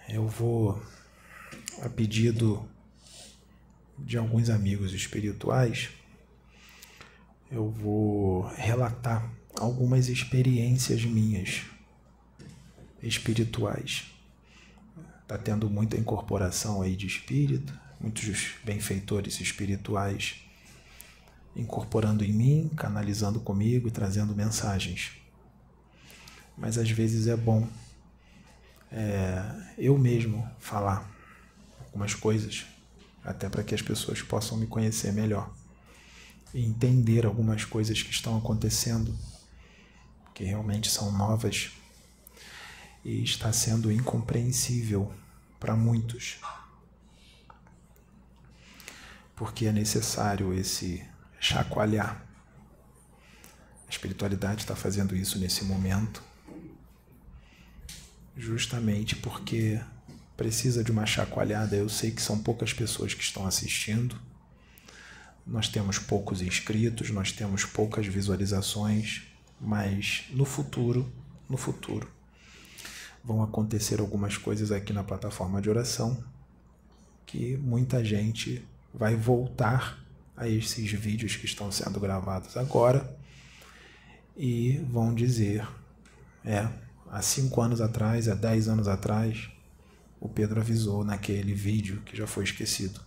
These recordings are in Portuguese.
Eu vou, a pedido de alguns amigos espirituais, eu vou relatar algumas experiências minhas espirituais. Está tendo muita incorporação aí de espírito, muitos benfeitores espirituais incorporando em mim, canalizando comigo e trazendo mensagens. Mas às vezes é bom eu mesmo falar algumas coisas, até para que as pessoas possam me conhecer melhor e entender algumas coisas que estão acontecendo, que realmente são novas e está sendo incompreensível para muitos, porque é necessário esse chacoalhar. A espiritualidade está fazendo isso nesse momento, justamente porque precisa de uma chacoalhada. Eu sei que são poucas pessoas que estão assistindo, nós temos poucos inscritos, nós temos poucas visualizações, mas no futuro, vão acontecer algumas coisas aqui na plataforma de oração que muita gente vai voltar a esses vídeos que estão sendo gravados agora e vão dizer, há 5 anos atrás, há 10 anos atrás, o Pedro avisou naquele vídeo que já foi esquecido.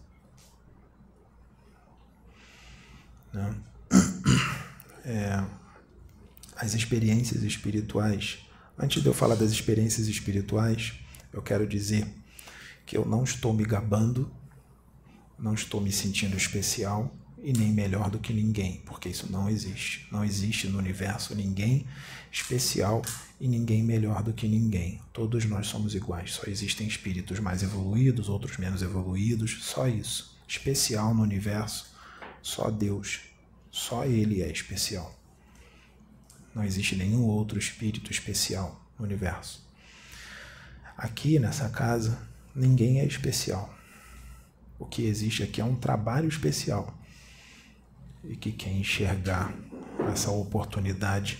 Né? As experiências espirituais. Antes de eu falar das experiências espirituais, eu quero dizer que eu não estou me gabando, não estou me sentindo especial e nem melhor do que ninguém, porque isso não existe. Não existe no universo ninguém especial e ninguém melhor do que ninguém. Todos nós somos iguais, só existem espíritos mais evoluídos, outros menos evoluídos, só isso. Especial no universo, só Deus, só Ele é especial. Não existe nenhum outro espírito especial no universo. Aqui nessa casa, ninguém é especial. O que existe aqui é um trabalho especial. E que quem enxergar essa oportunidade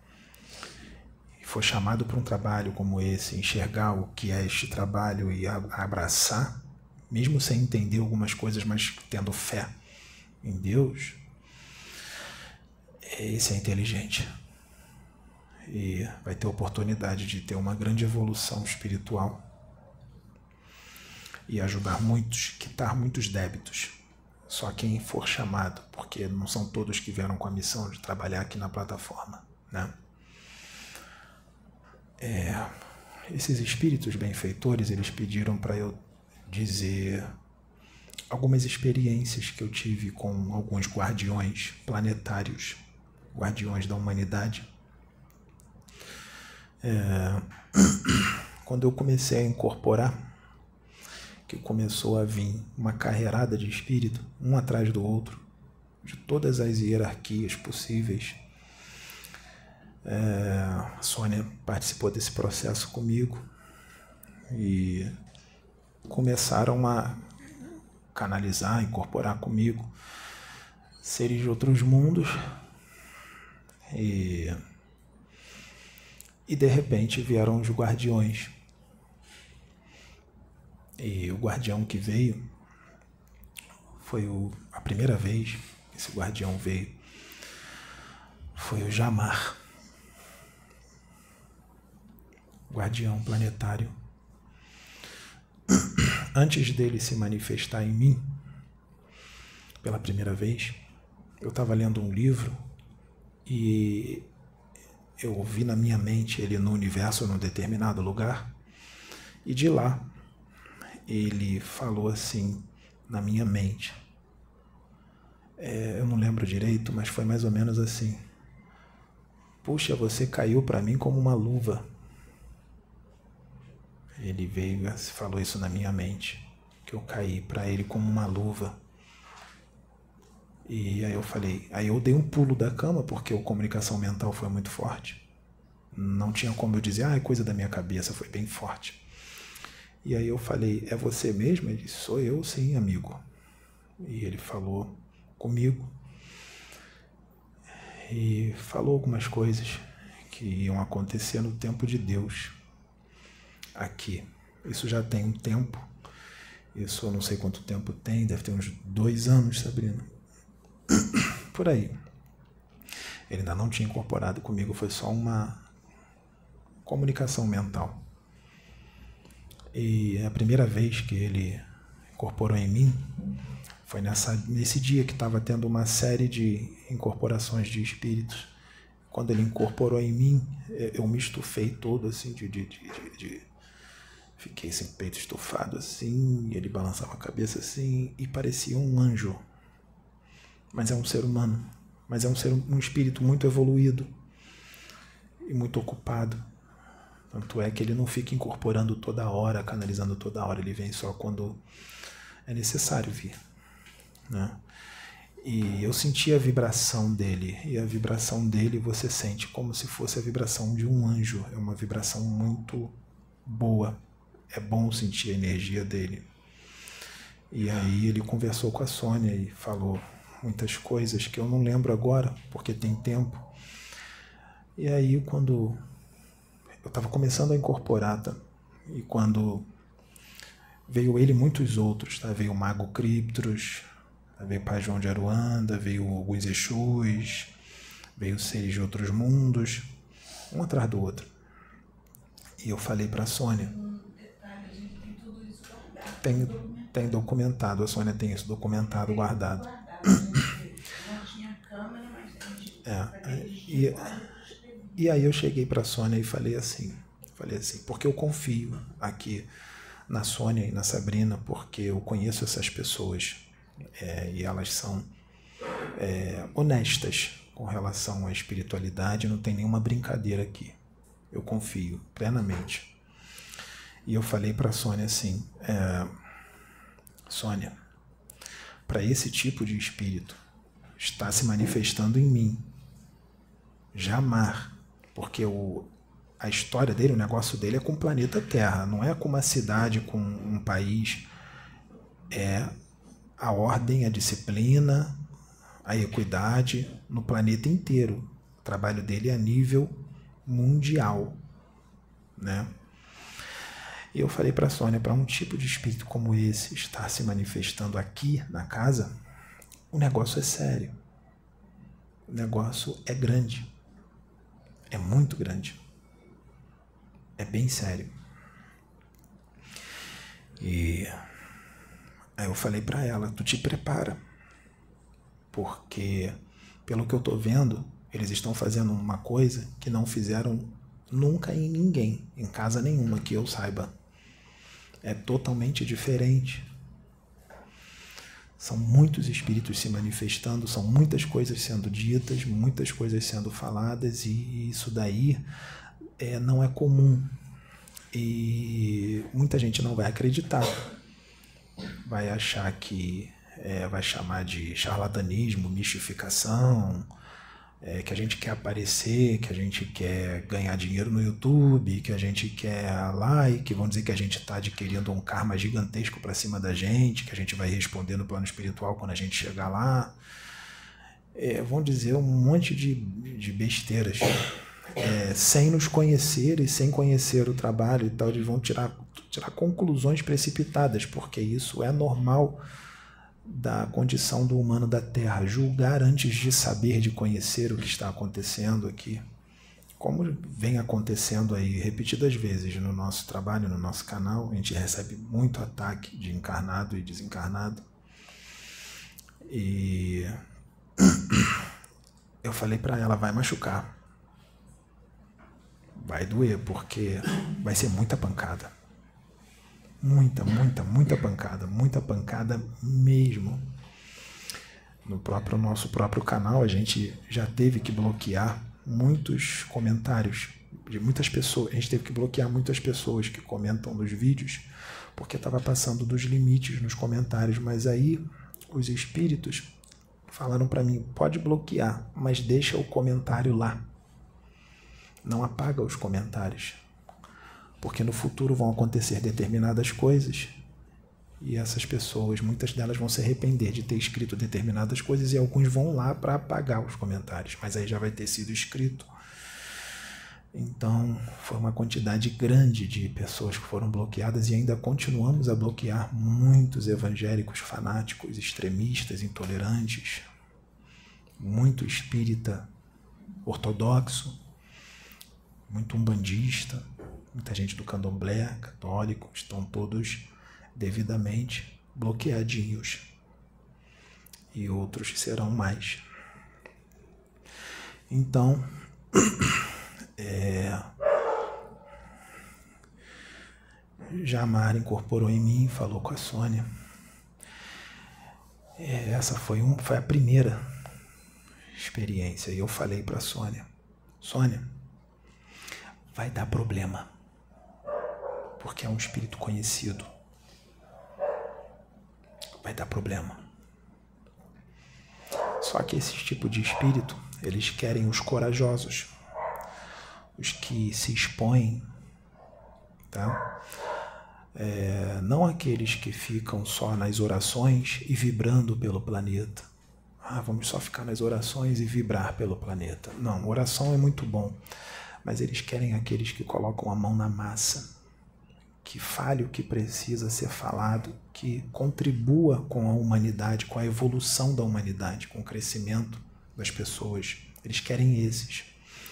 e for chamado para um trabalho como esse, enxergar o que é este trabalho e abraçar, mesmo sem entender algumas coisas, mas tendo fé em Deus, esse é inteligente. E vai ter oportunidade de ter uma grande evolução espiritual e ajudar muitos, quitar muitos débitos. Só quem for chamado, porque não são todos que vieram com a missão de trabalhar aqui na plataforma, né? Esses espíritos benfeitores, eles pediram para eu dizer algumas experiências que eu tive com alguns guardiões planetários, guardiões da humanidade. Quando eu comecei a incorporar, que começou a vir uma carreirada de espírito, um atrás do outro, de todas as hierarquias possíveis. A Sônia participou desse processo comigo e começaram a canalizar, incorporar comigo seres de outros mundos e de repente vieram os guardiões. E o guardião que veio, foi a primeira vez que esse guardião veio, foi o Jamar, guardião planetário. Antes dele se manifestar em mim, pela primeira vez, eu estava lendo um livro e eu ouvi na minha mente ele no universo, num determinado lugar, e de lá ele falou assim na minha mente. Eu não lembro direito, mas foi mais ou menos assim: puxa, você caiu para mim como uma luva. Ele veio e falou isso na minha mente, que eu caí para ele como uma luva. E aí eu falei, aí eu dei um pulo da cama, porque a comunicação mental foi muito forte. Não tinha como eu dizer, é coisa da minha cabeça, foi bem forte. E aí eu falei, é você mesmo? Ele disse, sou eu sim, amigo. E ele falou comigo e falou algumas coisas que iam acontecer no tempo de Deus aqui, Isso já tem um tempo. Isso eu não sei quanto tempo tem, deve ter uns 2 anos, Sabrina. Por aí. Ele ainda não tinha incorporado comigo, foi só uma comunicação mental. E a primeira vez que ele incorporou em mim foi nesse dia que estava tendo uma série de incorporações de espíritos. Quando ele incorporou em mim, eu me estufei todo assim, fiquei sem peito estufado assim, e ele balançava a cabeça assim, e parecia um anjo. Mas é um ser humano, mas é um espírito muito evoluído e muito ocupado. Tanto é que ele não fica incorporando toda hora, canalizando toda hora, ele vem só quando é necessário vir, né? E eu senti a vibração dele, e a vibração dele você sente como se fosse a vibração de um anjo, é uma vibração muito boa, é bom sentir a energia dele. E aí ele conversou com a Sônia e falou muitas coisas que eu não lembro agora, porque tem tempo. E aí quando eu estava começando a incorporar, tá? E quando veio ele e muitos outros, tá? Veio o Mago Criptros, veio o Pai João de Aruanda, veio alguns Exus, veio seres de outros mundos, um atrás do outro. E eu falei para a Sônia, tem documentado, a Sônia tem isso documentado, guardado. E aí eu cheguei para a Sônia e falei assim, porque eu confio aqui na Sônia e na Sabrina, porque eu conheço essas pessoas, e elas são honestas com relação à espiritualidade, não tem nenhuma brincadeira aqui. Eu confio plenamente. E eu falei para a Sônia assim, Sônia, para esse tipo de espírito está se manifestando em mim, jamais, porque a história dele, o negócio dele é com o planeta Terra, não é com uma cidade, com um país, é a ordem, a disciplina, a equidade no planeta inteiro. O trabalho dele é a nível mundial, né? E eu falei para a Sônia, para um tipo de espírito como esse estar se manifestando aqui na casa, o negócio é sério. O negócio é grande. É muito grande. É bem sério. E aí eu falei para ela, tu te prepara. Porque, pelo que eu tô vendo, eles estão fazendo uma coisa que não fizeram nunca em ninguém, em casa nenhuma que eu saiba. É totalmente diferente. São muitos espíritos se manifestando, são muitas coisas sendo ditas, muitas coisas sendo faladas, e isso daí não é comum. E muita gente não vai acreditar. Vai achar que vai chamar de charlatanismo, mistificação, que a gente quer aparecer, que a gente quer ganhar dinheiro no YouTube, que a gente quer like, vão dizer que a gente está adquirindo um karma gigantesco para cima da gente, que a gente vai responder no plano espiritual quando a gente chegar lá. Vão dizer um monte de besteiras, sem nos conhecer e sem conhecer o trabalho e tal. Eles vão tirar conclusões precipitadas, porque isso é normal da condição do humano da Terra, julgar antes de saber, de conhecer o que está acontecendo aqui, como vem acontecendo aí repetidas vezes no nosso trabalho, no nosso canal. A gente recebe muito ataque de encarnado e desencarnado, e eu falei para ela, vai machucar, vai doer, porque vai ser muita pancada. Muita pancada mesmo. No nosso próprio canal, a gente já teve que bloquear muitos comentários de muitas pessoas. A gente teve que bloquear muitas pessoas que comentam nos vídeos, porque estava passando dos limites nos comentários. Mas aí os espíritos falaram para mim, pode bloquear, mas deixa o comentário lá. Não apaga os comentários, porque no futuro vão acontecer determinadas coisas e essas pessoas, muitas delas vão se arrepender de ter escrito determinadas coisas, e alguns vão lá para apagar os comentários, mas aí já vai ter sido escrito Então, foi uma quantidade grande de pessoas que foram bloqueadas e ainda continuamos a bloquear muitos evangélicos fanáticos, extremistas, intolerantes, muito espírita ortodoxo, muito umbandista, muita gente do candomblé, católico, estão todos devidamente bloqueadinhos. E outros serão mais. Então, Jamar incorporou em mim, falou com a Sônia. Essa foi a primeira experiência. E eu falei para a Sônia, Sônia, vai dar problema, porque é um espírito conhecido. Vai dar problema. Só que esse tipo de espírito, eles querem os corajosos, os que se expõem, tá? Não aqueles que ficam só nas orações e vibrando pelo planeta. Vamos só ficar nas orações e vibrar pelo planeta. Não, oração é muito bom, mas eles querem aqueles que colocam a mão na massa, que fale o que precisa ser falado, que contribua com a humanidade, com a evolução da humanidade, com o crescimento das pessoas. Eles querem esses.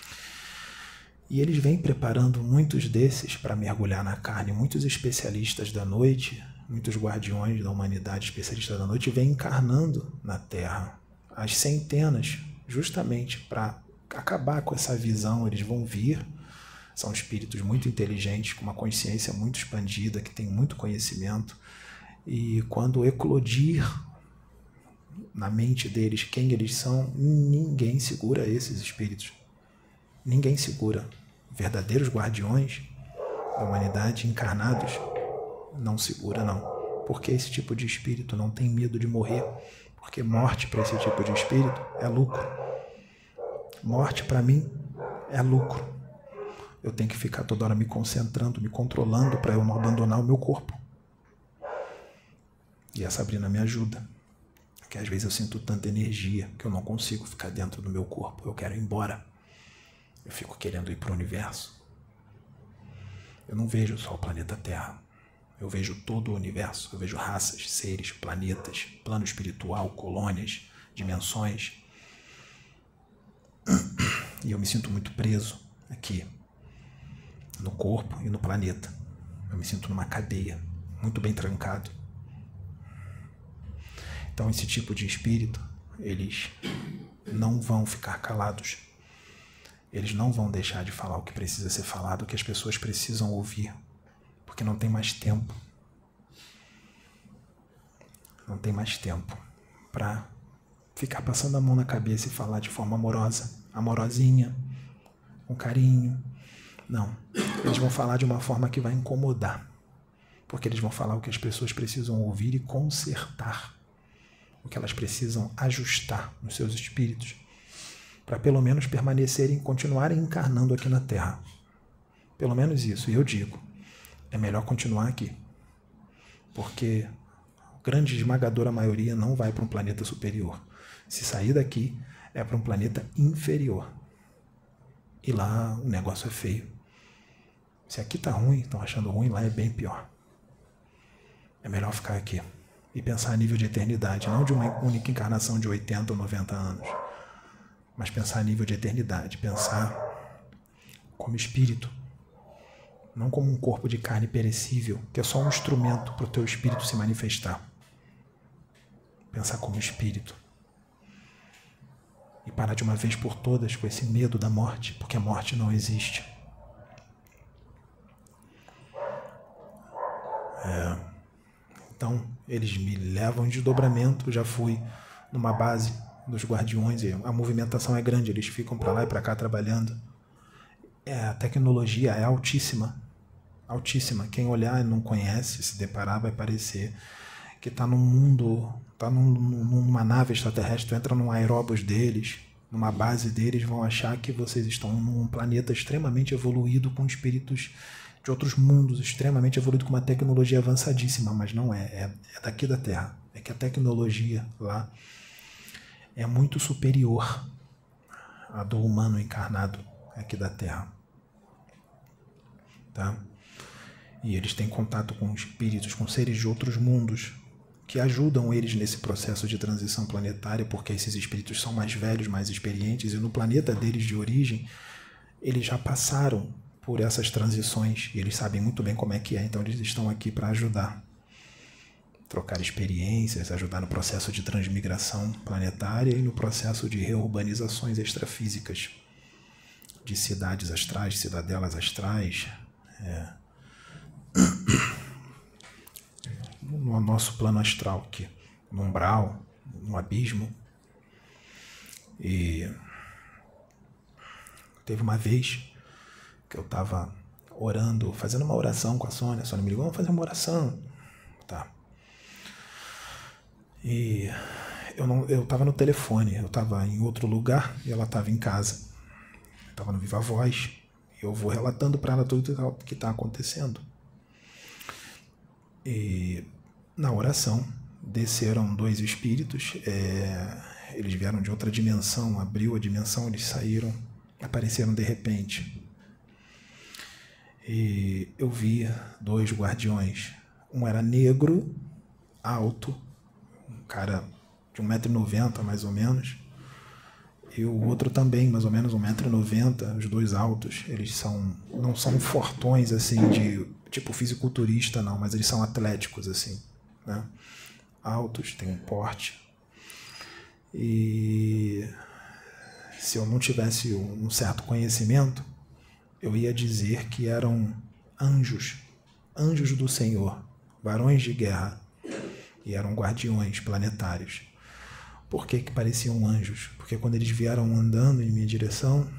E eles vêm preparando muitos desses para mergulhar na carne. Muitos especialistas da noite, muitos guardiões da humanidade, especialistas da noite, vêm encarnando na Terra. As centenas, justamente para acabar com essa visão. Eles vão vir, são espíritos muito inteligentes, com uma consciência muito expandida, que tem muito conhecimento. E quando eclodir na mente deles quem eles são, ninguém segura esses espíritos. Ninguém segura. Verdadeiros guardiões da humanidade, encarnados, não segura, não. Porque esse tipo de espírito não tem medo de morrer. Porque morte para esse tipo de espírito é lucro. Morte para mim é lucro. Eu tenho que ficar toda hora me concentrando, me controlando para eu não abandonar o meu corpo. E a Sabrina me ajuda. Porque às vezes eu sinto tanta energia que eu não consigo ficar dentro do meu corpo. Eu quero ir embora. Eu fico querendo ir para o universo. Eu não vejo só o planeta Terra. Eu vejo todo o universo. Eu vejo raças, seres, planetas, plano espiritual, colônias, dimensões. E eu me sinto muito preso aqui, no corpo e no planeta. Eu me sinto numa cadeia, muito bem trancado. Então esse tipo de espírito, eles não vão ficar calados. Eles não vão deixar de falar o que precisa ser falado, o que as pessoas precisam ouvir, porque não tem mais tempo. Não tem mais tempo para ficar passando a mão na cabeça e falar de forma amorosa, amorosinha, com carinho. Não, eles vão falar de uma forma que vai incomodar, porque eles vão falar o que as pessoas precisam ouvir e consertar, o que elas precisam ajustar nos seus espíritos, para pelo menos permanecerem, continuarem encarnando aqui na Terra. Pelo menos isso. E eu digo, é melhor continuar aqui, porque a grande esmagadora maioria não vai para um planeta superior. Se sair daqui, é para um planeta inferior. E lá o negócio é feio. Se aqui tá ruim, estão achando ruim, lá é bem pior. É melhor ficar aqui e pensar a nível de eternidade, não de uma única encarnação de 80 ou 90 anos. Mas pensar a nível de eternidade, pensar como espírito, não como um corpo de carne perecível, que é só um instrumento para o teu espírito se manifestar. Pensar como espírito. E parar de uma vez por todas com esse medo da morte, porque a morte não existe. Então, eles me levam em desdobramento. Eu já fui numa base dos guardiões, e a movimentação é grande, eles ficam para lá e para cá trabalhando. A tecnologia é altíssima, altíssima. Quem olhar e não conhece, se deparar, vai parecer que está num mundo, está numa nave extraterrestre. Tu entra num aeróbus deles, numa base deles, vão achar que vocês estão num planeta extremamente evoluído, com espíritos de outros mundos, extremamente evoluído, com uma tecnologia avançadíssima, mas não é daqui da Terra. É que a tecnologia lá é muito superior à do humano encarnado aqui da Terra. tá? E eles têm contato com espíritos, com seres de outros mundos, que ajudam eles nesse processo de transição planetária, porque esses espíritos são mais velhos, mais experientes, e no planeta deles de origem, eles já passaram por essas transições, e eles sabem muito bem como é que é, então eles estão aqui para ajudar. Trocar experiências, ajudar no processo de transmigração planetária e no processo de reurbanizações extrafísicas, de cidades astrais, cidadelas astrais, no nosso plano astral aqui, no umbral, no abismo. E teve uma vez que eu estava orando, fazendo uma oração com a Sônia me ligou, vamos fazer uma oração, tá? E eu estava no telefone, eu estava em outro lugar e ela estava em casa, estava no Viva Voz, e eu vou relatando para ela tudo o que está acontecendo. E na oração desceram 2 espíritos, eles vieram de outra dimensão, abriu a dimensão, eles saíram, apareceram de repente. E eu vi 2 guardiões, um era negro, alto, um cara de 1,90 m mais ou menos, e o outro também, mais ou menos 1,90 m, os 2 altos. Eles não são fortões assim de tipo fisiculturista não, mas eles são atléticos assim, né? Altos, têm um porte. E se eu não tivesse um certo conhecimento, eu ia dizer que eram anjos do Senhor, varões de guerra, e eram guardiões planetários. Por que pareciam anjos? Porque quando eles vieram andando em minha direção,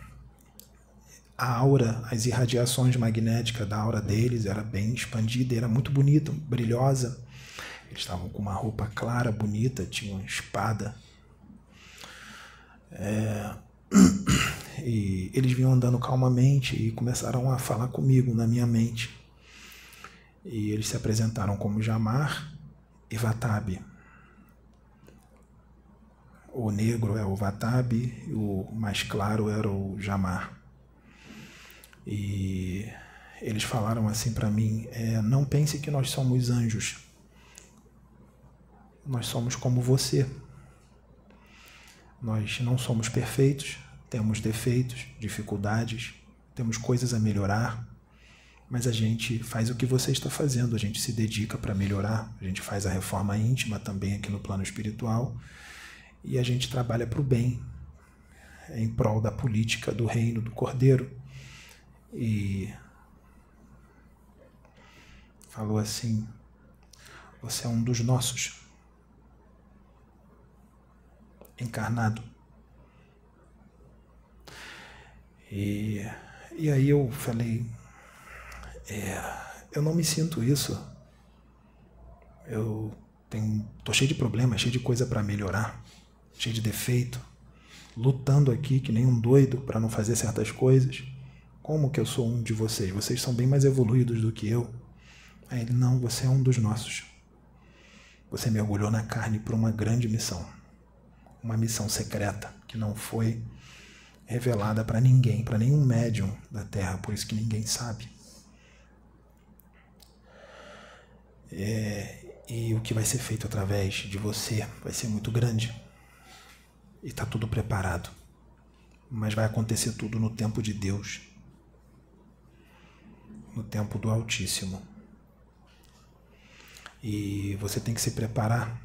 a aura, as irradiações magnéticas da aura deles era bem expandida, era muito bonita, brilhosa. Eles estavam com uma roupa clara, bonita, tinham uma espada. E eles vinham andando calmamente e começaram a falar comigo na minha mente. E eles se apresentaram como Jamar e Vatabi. O negro é o Vatabi e o mais claro era o Jamar. E eles falaram assim para mim, não pense que nós somos anjos. Nós somos como você. Nós não somos perfeitos, temos defeitos, dificuldades, temos coisas a melhorar, mas a gente faz o que você está fazendo, a gente se dedica para melhorar, a gente faz a reforma íntima também aqui no plano espiritual e a gente trabalha para o bem, em prol da política do reino do Cordeiro. E falou assim, você é um dos nossos, encarnado. E aí eu falei, eu não me sinto isso. Eu tô cheio de problemas, cheio de coisa para melhorar, cheio de defeito, lutando aqui que nem um doido para não fazer certas coisas. Como que eu sou um de vocês? Vocês são bem mais evoluídos do que eu. Aí ele, não, você é um dos nossos. Você mergulhou na carne para uma grande missão. Uma missão secreta que não foi revelada para ninguém, para nenhum médium da Terra, por isso que ninguém sabe. E o que vai ser feito através de você vai ser muito grande. E está tudo preparado. Mas vai acontecer tudo no tempo de Deus. No tempo do Altíssimo. E você tem que se preparar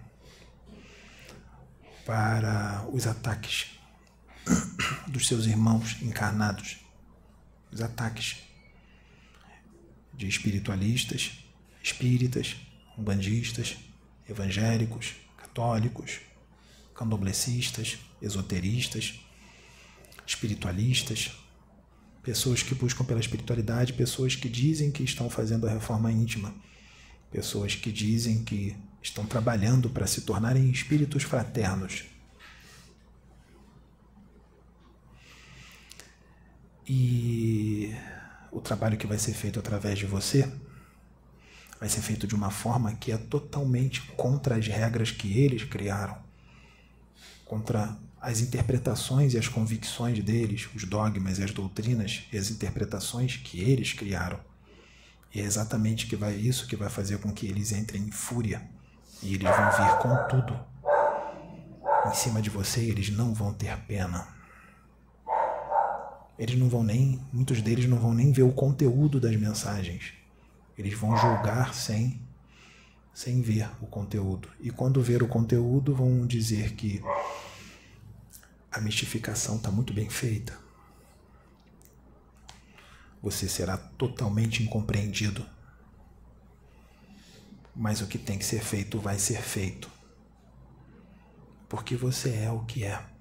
para os ataques dos seus irmãos encarnados, os ataques de espiritualistas, espíritas, umbandistas, evangélicos, católicos, candomblecistas, esoteristas, espiritualistas, pessoas que buscam pela espiritualidade, pessoas que dizem que estão fazendo a reforma íntima, pessoas que dizem que estão trabalhando para se tornarem espíritos fraternos. E o trabalho que vai ser feito através de você vai ser feito de uma forma que é totalmente contra as regras que eles criaram, contra as interpretações e as convicções deles, os dogmas e as doutrinas e as interpretações que eles criaram. E é exatamente isso que vai fazer com que eles entrem em fúria. E eles vão vir com tudo em cima de você. Eles não vão ter pena. Muitos deles não vão nem ver o conteúdo das mensagens. Eles vão julgar sem ver o conteúdo. E quando ver o conteúdo, vão dizer que a mistificação está muito bem feita. Você será totalmente incompreendido. Mas o que tem que ser feito vai ser feito. Porque você é o que é.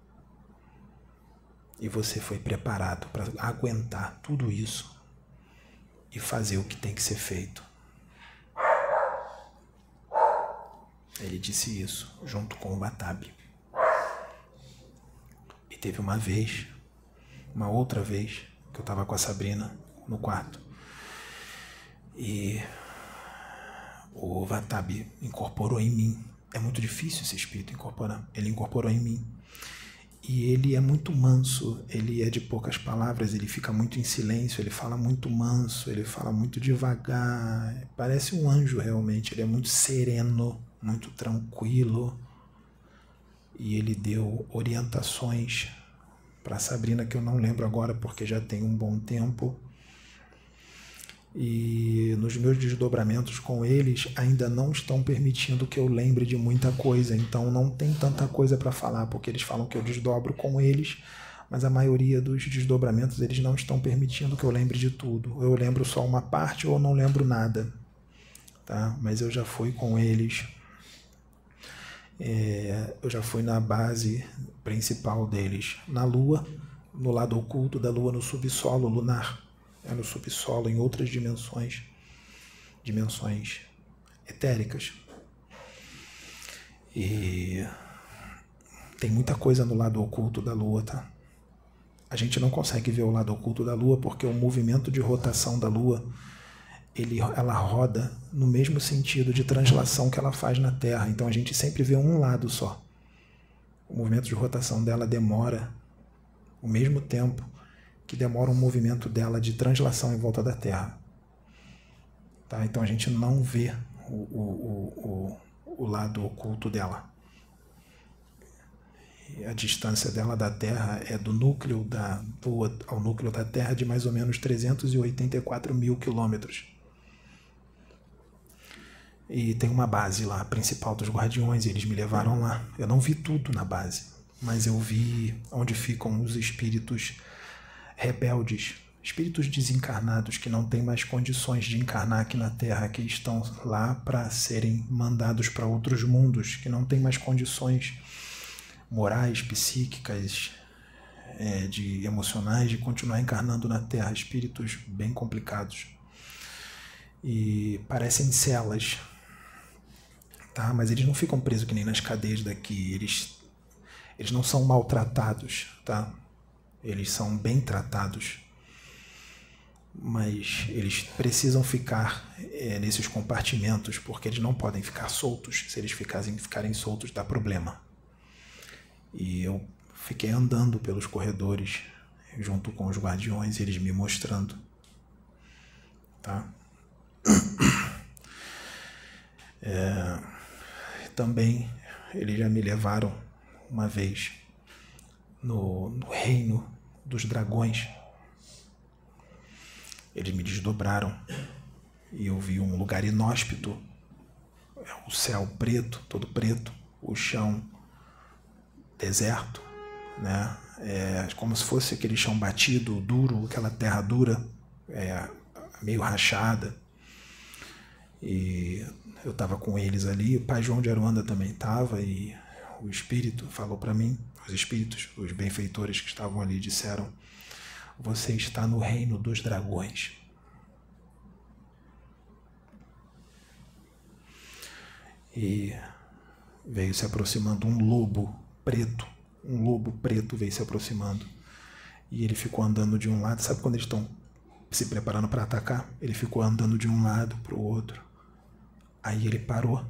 E você foi preparado para aguentar tudo isso e fazer o que tem que ser feito. Ele disse isso junto com o Batabi. E teve uma outra vez, que eu estava com a Sabrina no quarto. E o Batabi incorporou em mim. É muito difícil esse espírito incorporar. Ele incorporou em mim. E ele é muito manso, ele é de poucas palavras, ele fica muito em silêncio, ele fala muito manso, ele fala muito devagar. Parece um anjo realmente, ele é muito sereno, muito tranquilo. E ele deu orientações para Sabrina, que eu não lembro agora porque já tem um bom tempo. E nos meus desdobramentos com eles ainda não estão permitindo que eu lembre de muita coisa, então não tem tanta coisa para falar, porque eles falam que eu desdobro com eles, mas a maioria dos desdobramentos eles não estão permitindo que eu lembre de tudo. Eu lembro só uma parte ou não lembro nada, tá? Mas eu já fui com eles, eu já fui na base principal deles, na Lua, no lado oculto da Lua, no subsolo lunar. É no subsolo, em outras dimensões etéricas. E tem muita coisa no lado oculto da Lua, tá? A gente não consegue ver o lado oculto da Lua porque o movimento de rotação da Lua, ela roda no mesmo sentido de translação que ela faz na Terra. Então a gente sempre vê um lado só. O movimento de rotação dela demora o mesmo tempo que demora um movimento dela de translação em volta da Terra. Tá? Então a gente não vê o lado oculto dela. E a distância dela da Terra é do núcleo da Lua ao núcleo da Terra de mais ou menos 384 mil quilômetros. E tem uma base lá, a principal dos Guardiões, e eles me levaram lá. Eu não vi tudo na base, mas eu vi onde ficam os espíritos rebeldes, espíritos desencarnados que não têm mais condições de encarnar aqui na Terra, que estão lá para serem mandados para outros mundos, que não têm mais condições morais, psíquicas, de emocionais, de continuar encarnando na Terra, espíritos bem complicados. E parecem celas, tá? Mas eles não ficam presos que nem nas cadeias daqui, eles não são maltratados, tá? Eles são bem tratados, mas eles precisam ficar nesses compartimentos, porque eles não podem ficar soltos. Se eles ficarem soltos, dá problema. E eu fiquei andando pelos corredores junto com os Guardiões, eles me mostrando, tá? Também eles já me levaram uma vez no reino dos dragões. Eles me desdobraram e eu vi um lugar inóspito, o céu preto, todo preto, o chão deserto, né? Como se fosse aquele chão batido, duro, aquela terra dura, meio rachada. E eu estava com eles ali, o pai João de Aruanda também estava, e o espírito falou para mim, os espíritos, os benfeitores que estavam ali disseram: você está no reino dos dragões. E veio se aproximando um lobo preto veio se aproximando. E ele ficou andando de um lado, sabe quando eles estão se preparando para atacar? Ele ficou andando de um lado para o outro. Aí ele parou.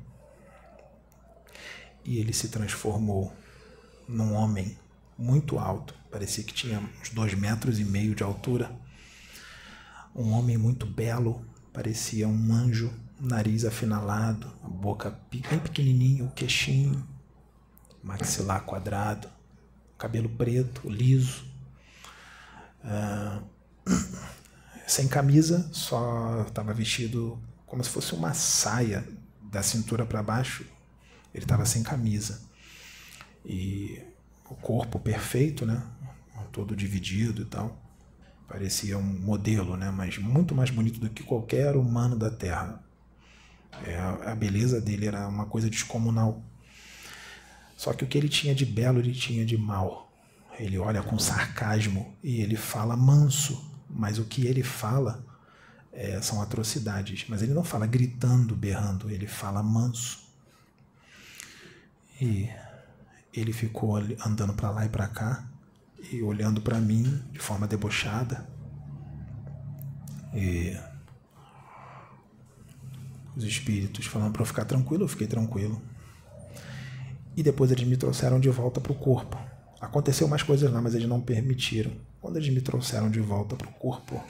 E ele se transformou num homem muito alto, parecia que tinha uns 2,5 metros de altura. Um homem muito belo, parecia um anjo, nariz afinalado, a boca bem pequenininha, o queixinho, maxilar quadrado, cabelo preto, liso, sem camisa, só estava vestido como se fosse uma saia da cintura para baixo. Ele estava sem camisa e o corpo perfeito, né? Todo dividido e tal. Parecia um modelo, né? Mas muito mais bonito do que qualquer humano da Terra. A beleza dele era uma coisa descomunal. Só que o que ele tinha de belo, ele tinha de mal. Ele olha com sarcasmo e ele fala manso, mas o que ele fala são atrocidades. Mas ele não fala gritando, berrando, ele fala manso. E ele ficou andando para lá e para cá e olhando para mim de forma debochada. E os espíritos falando para eu ficar tranquilo, eu fiquei tranquilo. E depois eles me trouxeram de volta para o corpo. Aconteceu mais coisas lá, mas eles não permitiram. Quando eles me trouxeram de volta para o corpo,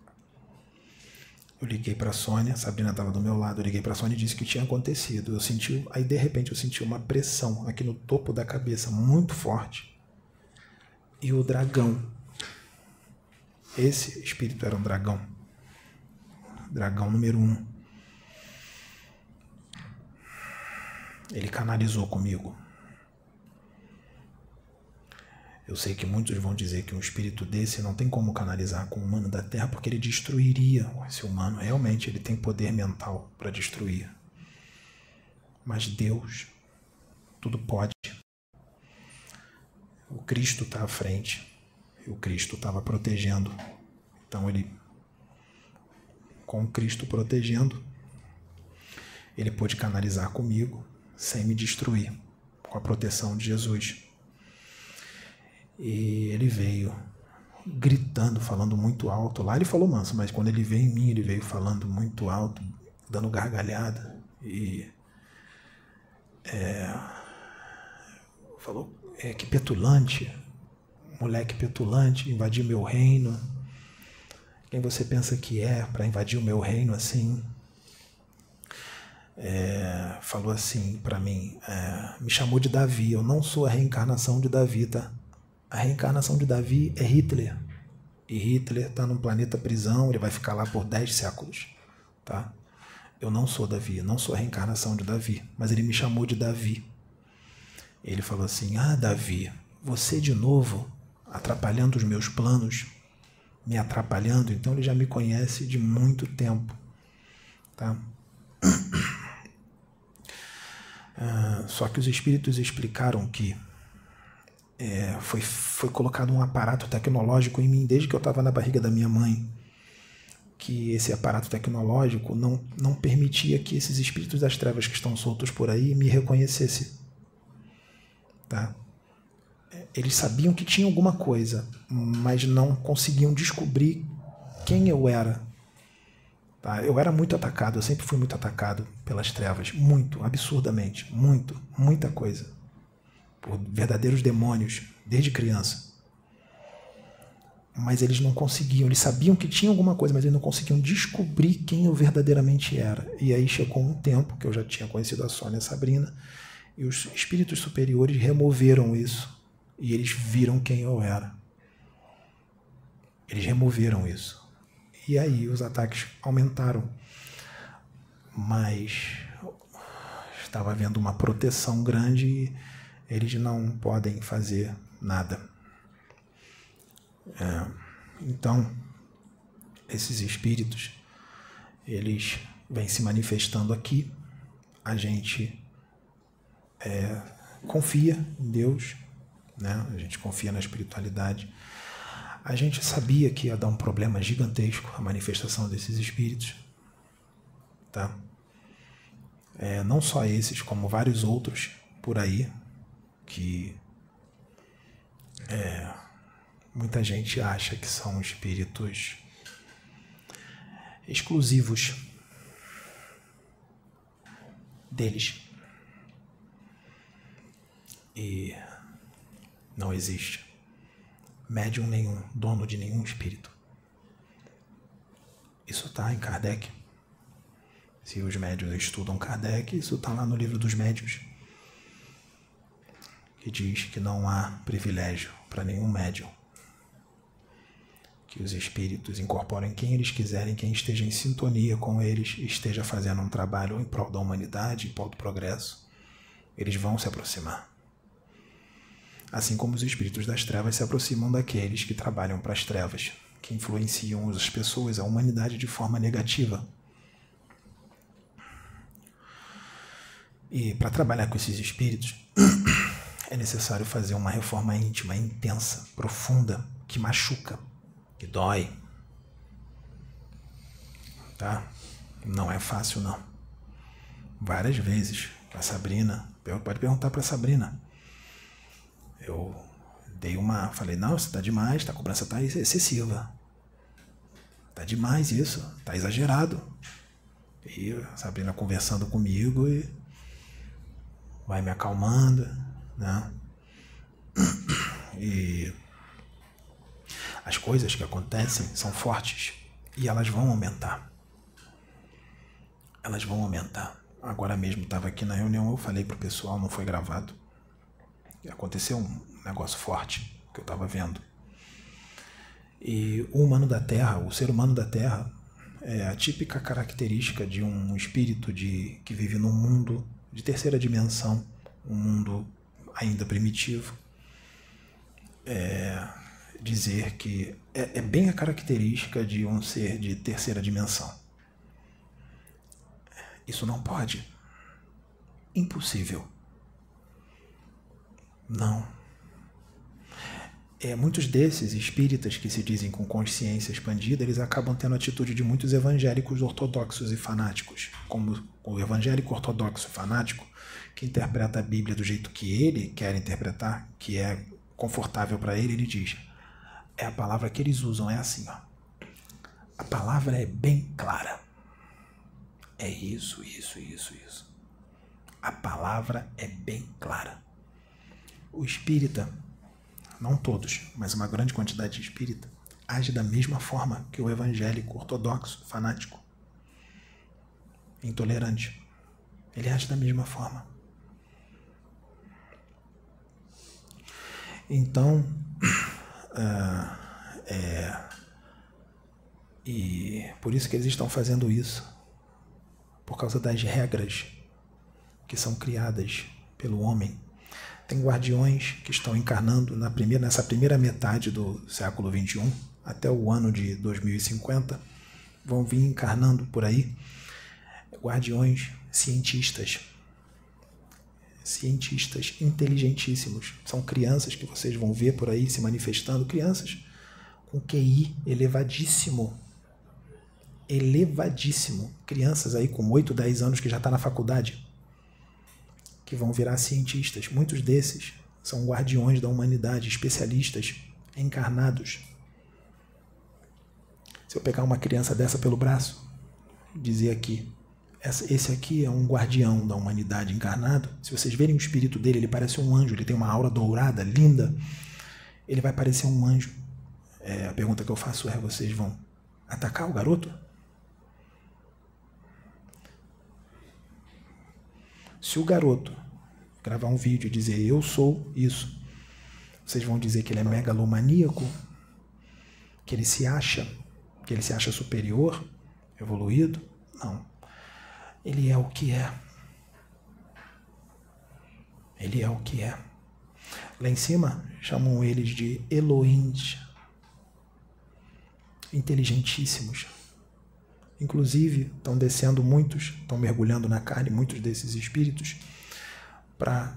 eu liguei para a Sônia, Sabrina estava do meu lado, eu liguei para a Sônia e disse que tinha acontecido. Aí de repente eu senti uma pressão aqui no topo da cabeça, muito forte. E o dragão, esse espírito era um dragão. Dragão número 1. Ele canalizou comigo. Eu sei que muitos vão dizer que um espírito desse não tem como canalizar com um humano da Terra porque ele destruiria esse humano. Realmente ele tem poder mental para destruir. Mas Deus tudo pode. O Cristo está à frente. E o Cristo estava protegendo. Então ele, com o Cristo protegendo, ele pôde canalizar comigo sem me destruir, com a proteção de Jesus. E ele veio gritando, falando muito alto. Lá ele falou manso, mas quando ele veio em mim, ele veio falando muito alto, dando gargalhada. E falou que petulante, moleque petulante, invadiu meu reino. Quem você pensa que é para invadir o meu reino assim? Falou assim para mim, me chamou de Davi. Eu não sou a reencarnação de Davi, tá? A reencarnação de Davi é Hitler. E Hitler está num planeta prisão, ele vai ficar lá por 10 séculos. Tá? Eu não sou Davi, não sou a reencarnação de Davi. Mas ele me chamou de Davi. Ele falou assim, Davi, você de novo atrapalhando os meus planos, me atrapalhando. Então ele já me conhece de muito tempo. Tá? Só que os espíritos explicaram que foi colocado um aparato tecnológico em mim desde que eu estava na barriga da minha mãe, que esse aparato tecnológico não permitia que esses espíritos das trevas que estão soltos por aí me reconhecessem. Tá? Eles sabiam que tinha alguma coisa, mas não conseguiam descobrir quem eu era. Tá? Eu era muito atacado, eu sempre fui muito atacado pelas trevas, muito, absurdamente, muita coisa. Por verdadeiros demônios, desde criança. Mas eles não conseguiam, eles sabiam que tinha alguma coisa, mas eles não conseguiam descobrir quem eu verdadeiramente era. E aí chegou um tempo que eu já tinha conhecido a Sônia e a Sabrina, e os espíritos superiores removeram isso, e eles viram quem eu era. Eles removeram isso. E aí os ataques aumentaram. Mas estava havendo uma proteção grande e eles não podem fazer nada. Então, esses espíritos, eles vêm se manifestando aqui. A gente confia em Deus, né? A gente confia na espiritualidade. A gente sabia que ia dar um problema gigantesco a manifestação desses espíritos. Tá? Não só esses, como vários outros por aí, que muita gente acha que são espíritos exclusivos deles. E não existe médium nenhum, dono de nenhum espírito. Isso está em Kardec, Se os médiuns estudam Kardec, isso está lá no Livro dos Médiuns, que diz que não há privilégio para nenhum médium, que os espíritos incorporem quem eles quiserem, quem esteja em sintonia com eles, esteja fazendo um trabalho em prol da humanidade, em prol do progresso, eles vão se aproximar. Assim como os espíritos das trevas se aproximam daqueles que trabalham para as trevas, que influenciam as pessoas, a humanidade de forma negativa. E para trabalhar com esses espíritos, é necessário fazer uma reforma íntima, intensa, profunda, que machuca, que dói. Tá? Não é fácil, não. Várias vezes, a Sabrina, pode perguntar para a Sabrina. Eu falei, não, isso tá demais, a cobrança tá excessiva. Tá demais isso, tá exagerado. E a Sabrina conversando comigo e vai me acalmando, né? E as coisas que acontecem são fortes e elas vão aumentar. Elas vão aumentar. Agora mesmo estava aqui na reunião, eu falei pro pessoal, não foi gravado. Aconteceu um negócio forte que eu estava vendo. E o humano da Terra, o ser humano da Terra, é a típica característica de um espírito que vive num mundo de terceira dimensão, um mundo ainda primitivo. Dizer que é bem a característica de um ser de terceira dimensão. Isso não pode. Impossível. Não. Muitos desses espíritas que se dizem com consciência expandida, eles acabam tendo a atitude de muitos evangélicos ortodoxos e fanáticos, como o evangélico ortodoxo e fanático, que interpreta a Bíblia do jeito que ele quer interpretar, que é confortável para ele, ele diz, a palavra que eles usam é assim, ó. A palavra é bem clara. É isso. A palavra é bem clara. O espírita, não todos, mas uma grande quantidade de espírita, age da mesma forma que o evangélico ortodoxo, fanático, intolerante. Ele age da mesma forma. Então, e por isso que eles estão fazendo isso, por causa das regras que são criadas pelo homem. Tem guardiões que estão encarnando nessa primeira metade do século XXI, até o ano de 2050, vão vir encarnando por aí guardiões cientistas inteligentíssimos. São crianças que vocês vão ver por aí se manifestando, crianças com QI elevadíssimo, crianças aí com 8, 10 anos que já está na faculdade, que vão virar cientistas. Muitos desses são guardiões da humanidade, especialistas encarnados. Se eu pegar uma criança dessa pelo braço, dizer aqui, esse aqui é um guardião da humanidade encarnado, se vocês verem o espírito dele, ele parece um anjo, ele tem uma aura dourada, linda, ele vai parecer um anjo. A pergunta que eu faço é, vocês vão atacar o garoto? Se o garoto gravar um vídeo e dizer eu sou isso, vocês vão dizer que ele é megalomaníaco, que ele se acha superior, evoluído? Não. Ele é o que é. Ele é o que é. Lá em cima chamam eles de Elohims, inteligentíssimos. Inclusive, estão descendo muitos, estão mergulhando na carne, muitos desses espíritos, para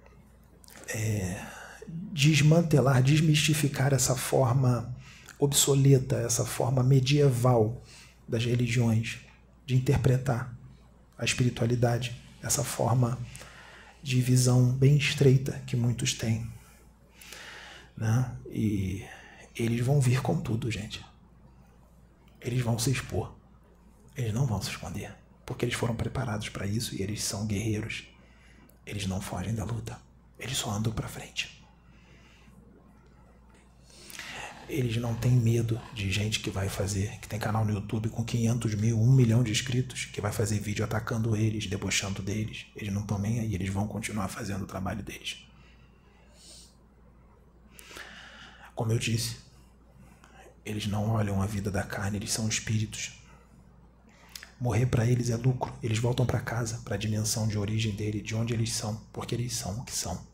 desmantelar, desmistificar essa forma obsoleta, essa forma medieval das religiões de interpretar a espiritualidade, essa forma de visão bem estreita que muitos têm, né? E eles vão vir com tudo, gente. Eles vão se expor. Eles não vão se esconder, porque eles foram preparados para isso e eles são guerreiros. Eles não fogem da luta, eles só andam para frente. Eles não têm medo de gente que vai fazer, que tem canal no YouTube com 500 mil, 1 milhão de inscritos, que vai fazer vídeo atacando eles, debochando deles. Eles não estão nem aí, eles vão continuar fazendo o trabalho deles. Como eu disse, eles não olham a vida da carne, eles são espíritos. Morrer para eles é lucro. Eles voltam para casa, para a dimensão de origem dele, de onde eles são, porque eles são o que são.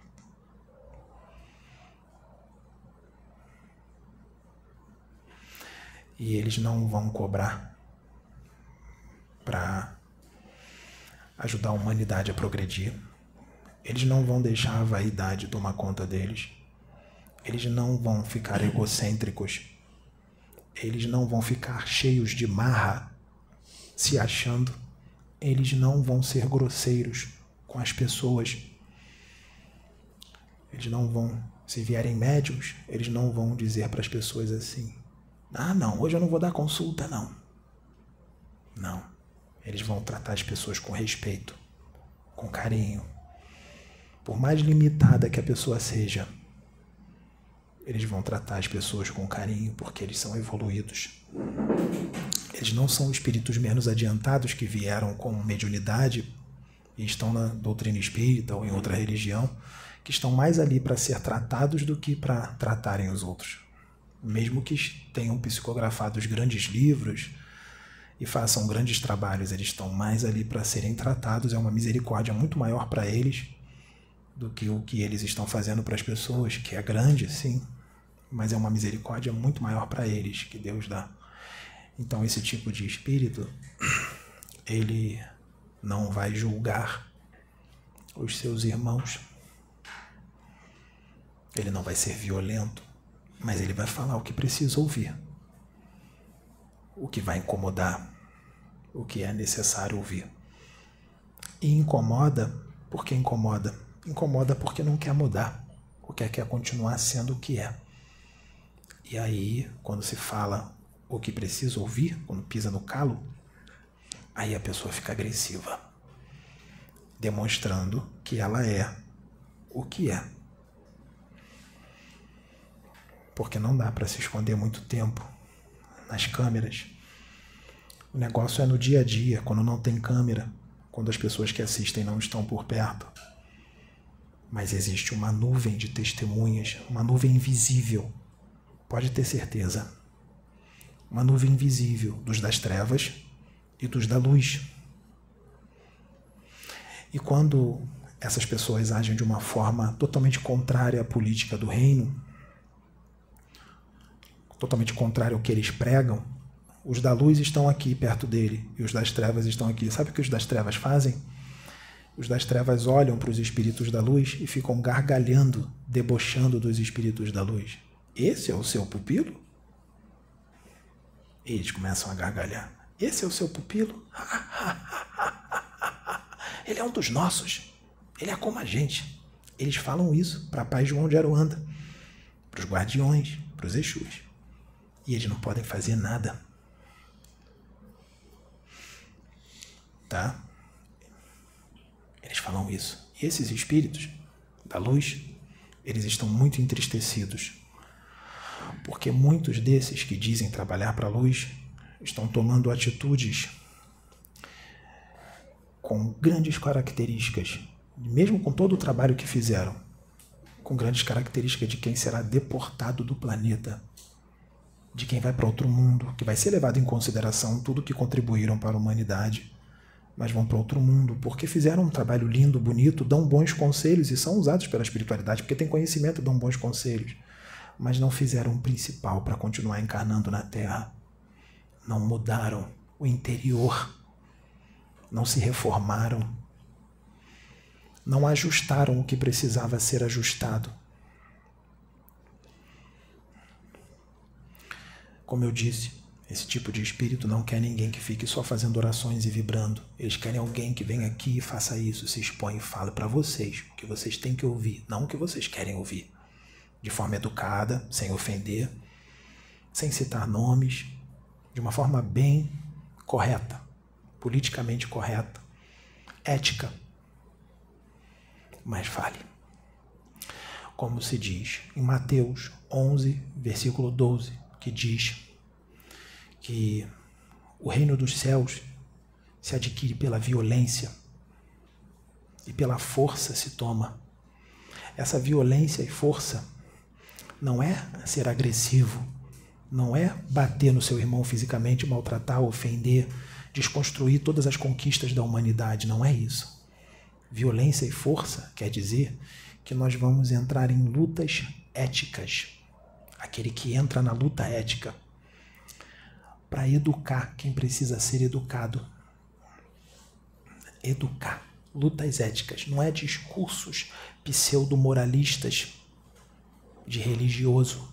E eles não vão cobrar para ajudar a humanidade a progredir. Eles não vão deixar a vaidade tomar conta deles. Eles não vão ficar egocêntricos. Eles não vão ficar cheios de marra, se achando. Eles não vão ser grosseiros com as pessoas. Eles não vão, se vierem médiums, eles não vão dizer para as pessoas assim: ah, não, hoje eu não vou dar consulta, não. Não. Eles vão tratar as pessoas com respeito, com carinho. Por mais limitada que a pessoa seja, eles vão tratar as pessoas com carinho, porque eles são evoluídos. Eles não são espíritos menos adiantados que vieram com mediunidade e estão na doutrina espírita ou em outra religião, que estão mais ali para ser tratados do que para tratarem os outros. Mesmo que tenham psicografado os grandes livros e façam grandes trabalhos, eles estão mais ali para serem tratados. É uma misericórdia muito maior para eles do que o que eles estão fazendo para as pessoas, que é grande, sim, mas é uma misericórdia muito maior para eles que Deus dá. Então esse tipo de espírito, ele não vai julgar os seus irmãos, ele não vai ser violento, mas ele vai falar o que precisa ouvir, o que vai incomodar, o que é necessário ouvir. E incomoda porque incomoda. Incomoda porque não quer mudar, porque quer continuar sendo o que é. E aí, quando se fala o que precisa ouvir, quando pisa no calo, aí a pessoa fica agressiva, demonstrando que ela é o que é. Porque não dá para se esconder muito tempo nas câmeras. O negócio é no dia a dia, quando não tem câmera, quando as pessoas que assistem não estão por perto. Mas existe uma nuvem de testemunhas, uma nuvem invisível, pode ter certeza. Uma nuvem invisível dos das trevas e dos da luz. E quando essas pessoas agem de uma forma totalmente contrária à política do reino, totalmente contrária ao que eles pregam, os da luz estão aqui perto dele e os das trevas estão aqui. Sabe o que os das trevas fazem? Os das trevas olham para os espíritos da luz e ficam gargalhando, debochando dos espíritos da luz. Esse é o seu pupilo? Eles começam a gargalhar. Esse é o seu pupilo? Ele é um dos nossos. Ele é como a gente. Eles falam isso para Pai João de Aruanda, para os guardiões, para os Exus. E eles não podem fazer nada. Tá? Eles falam isso. E esses espíritos da luz, eles estão muito entristecidos. Porque muitos desses que dizem trabalhar para a luz estão tomando atitudes com grandes características, mesmo com todo o trabalho que fizeram, com grandes características de quem será deportado do planeta, de quem vai para outro mundo, que vai ser levado em consideração tudo que contribuíram para a humanidade, mas vão para outro mundo, porque fizeram um trabalho lindo, bonito, dão bons conselhos e são usados pela espiritualidade, porque têm conhecimento e dão bons conselhos, mas não fizeram o principal para continuar encarnando na Terra. Não mudaram o interior, não se reformaram, não ajustaram o que precisava ser ajustado. Como eu disse, esse tipo de espírito não quer ninguém que fique só fazendo orações e vibrando. Eles querem alguém que venha aqui e faça isso, se expõe e fale para vocês o que vocês têm que ouvir, não o que vocês querem ouvir. De forma educada, sem ofender, sem citar nomes, de uma forma bem correta, politicamente correta, ética. Mas fale. como se diz em Mateus 11, versículo 12, que diz que o reino dos céus se adquire pela violência e pela força se toma. Essa violência e força não é ser agressivo, não é bater no seu irmão fisicamente, maltratar, ofender, desconstruir todas as conquistas da humanidade, não é isso. Violência e força quer dizer que nós vamos entrar em lutas éticas. Aquele que entra na luta ética para educar quem precisa ser educado. Educar. Lutas éticas. Não é discursos pseudo-moralistas de religioso.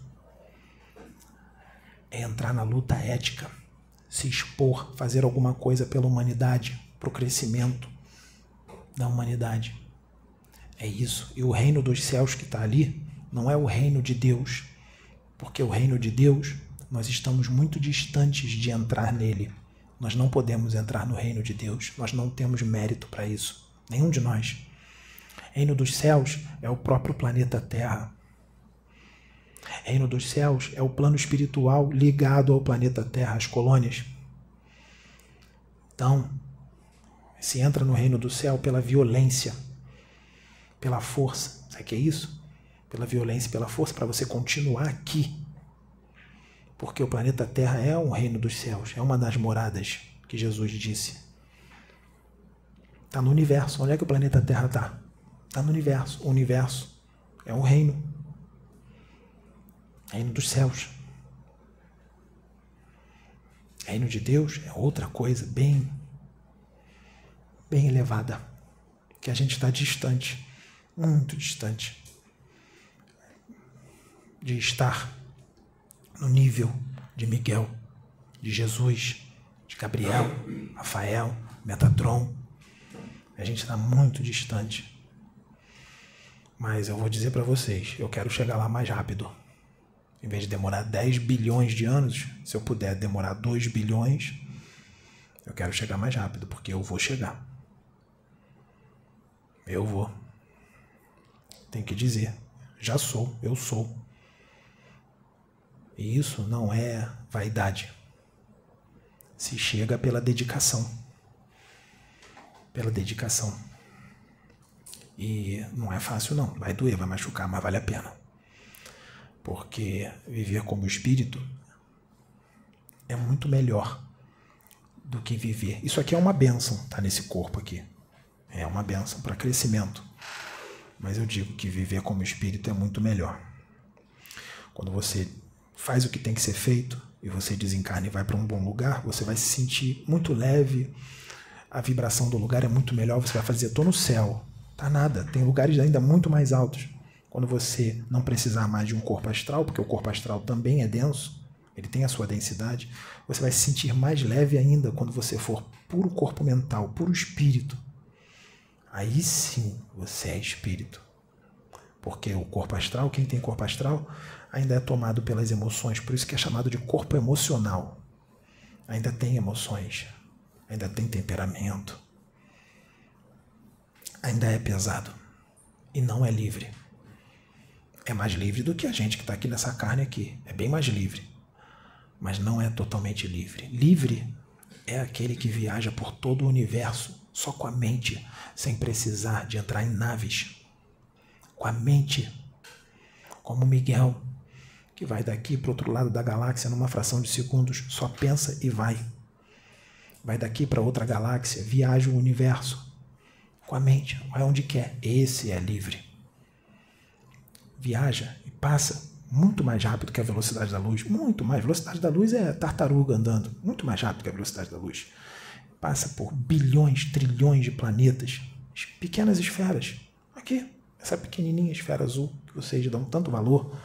É entrar na luta ética. Se expor, fazer alguma coisa pela humanidade, para o crescimento da humanidade. É isso. E o reino dos céus que está ali não é o reino de Deus. Porque o reino de Deus, nós estamos muito distantes de entrar nele. Nós não podemos entrar no reino de Deus. Nós não temos mérito para isso. Nenhum de nós. Reino dos céus é o próprio planeta Terra. Reino dos céus é o plano espiritual ligado ao planeta Terra, as colônias. Então, se entra no reino do céu pela violência, pela força. Sabe o que é isso? Pela violência e pela força, para você continuar aqui. Porque o planeta Terra é um reino dos céus, é uma das moradas que Jesus disse. Está no universo. Onde é que o planeta Terra está? Está no universo. O universo é um reino. Reino dos céus. Reino de Deus é outra coisa bem elevada. Que a gente está distante, muito distante de estar no nível de Miguel, de Jesus, de Gabriel, Rafael, Metatron. A gente está muito distante. Mas eu vou dizer para vocês, eu quero chegar lá mais rápido. Em vez de demorar 10 bilhões de anos, se eu puder demorar 2 bilhões, eu quero chegar mais rápido, porque eu vou chegar. Eu vou. Tem que dizer, já sou, eu sou. E isso não é vaidade. Se chega pela dedicação. Pela dedicação. E não é fácil não, vai doer, vai machucar, mas vale a pena. Porque viver como espírito é muito melhor do que viver. Isso aqui é uma bênção, tá nesse corpo aqui. É uma bênção para crescimento. Mas eu digo que viver como espírito é muito melhor. Quando você faz o que tem que ser feito e você desencarna e vai para um bom lugar, você vai se sentir muito leve, a vibração do lugar é muito melhor, você vai fazer, estou no céu. Tá nada, tem lugares ainda muito mais altos. Quando você não precisar mais de um corpo astral, porque o corpo astral também é denso, ele tem a sua densidade, você vai se sentir mais leve ainda quando você for puro corpo mental, puro espírito. Aí sim você é espírito. Porque o corpo astral, quem tem corpo astral, ainda é tomado pelas emoções, por isso que é chamado de corpo emocional. Ainda tem emoções, ainda tem temperamento, ainda é pesado e não é livre. É mais livre do que a gente que está aqui nessa carne aqui. É bem mais livre. Mas não é totalmente livre. Livre é aquele que viaja por todo o universo, só com a mente, sem precisar de entrar em naves. Com a mente. Como Miguel, que vai daqui para o outro lado da galáxia numa fração de segundos, só pensa e vai. Vai daqui para outra galáxia, viaja o universo. Com a mente, vai onde quer. Esse é livre. Viaja e passa muito mais rápido que a velocidade da luz. Muito mais. A velocidade da luz é tartaruga andando. Muito mais rápido que a velocidade da luz. Passa por bilhões, trilhões de planetas. Pequenas esferas. Aqui, essa pequenininha esfera azul que vocês dão tanto valor.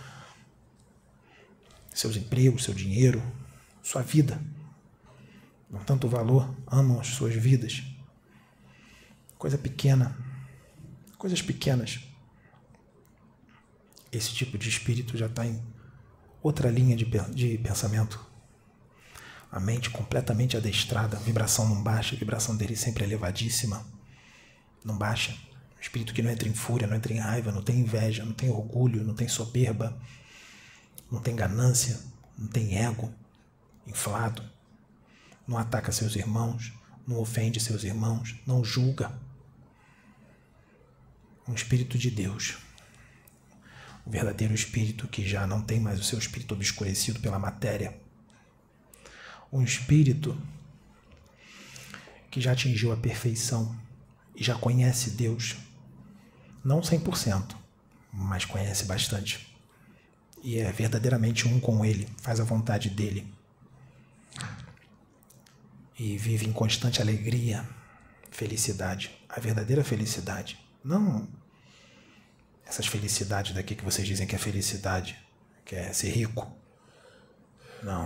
Seus empregos, seu dinheiro, sua vida. Dão tanto valor, amam as suas vidas. Coisa pequena. Coisas pequenas. Esse tipo de espírito já está em outra linha de pensamento. A mente completamente adestrada, a vibração não baixa, a vibração dele sempre é elevadíssima. Não baixa, espírito que não entra em fúria, não entra em raiva, não tem inveja, não tem orgulho, não tem soberba, não tem ganância, não tem ego inflado, não ataca seus irmãos, não ofende seus irmãos, não julga. Um espírito de Deus. O verdadeiro espírito que já não tem mais o seu espírito obscurecido pela matéria. Um espírito que já atingiu a perfeição e já conhece Deus. Não 100%, mas conhece bastante. E é verdadeiramente um com Ele, faz a vontade dEle. E vive em constante alegria, felicidade. A verdadeira felicidade. Não essas felicidades daqui que vocês dizem que é felicidade, que é ser rico. Não.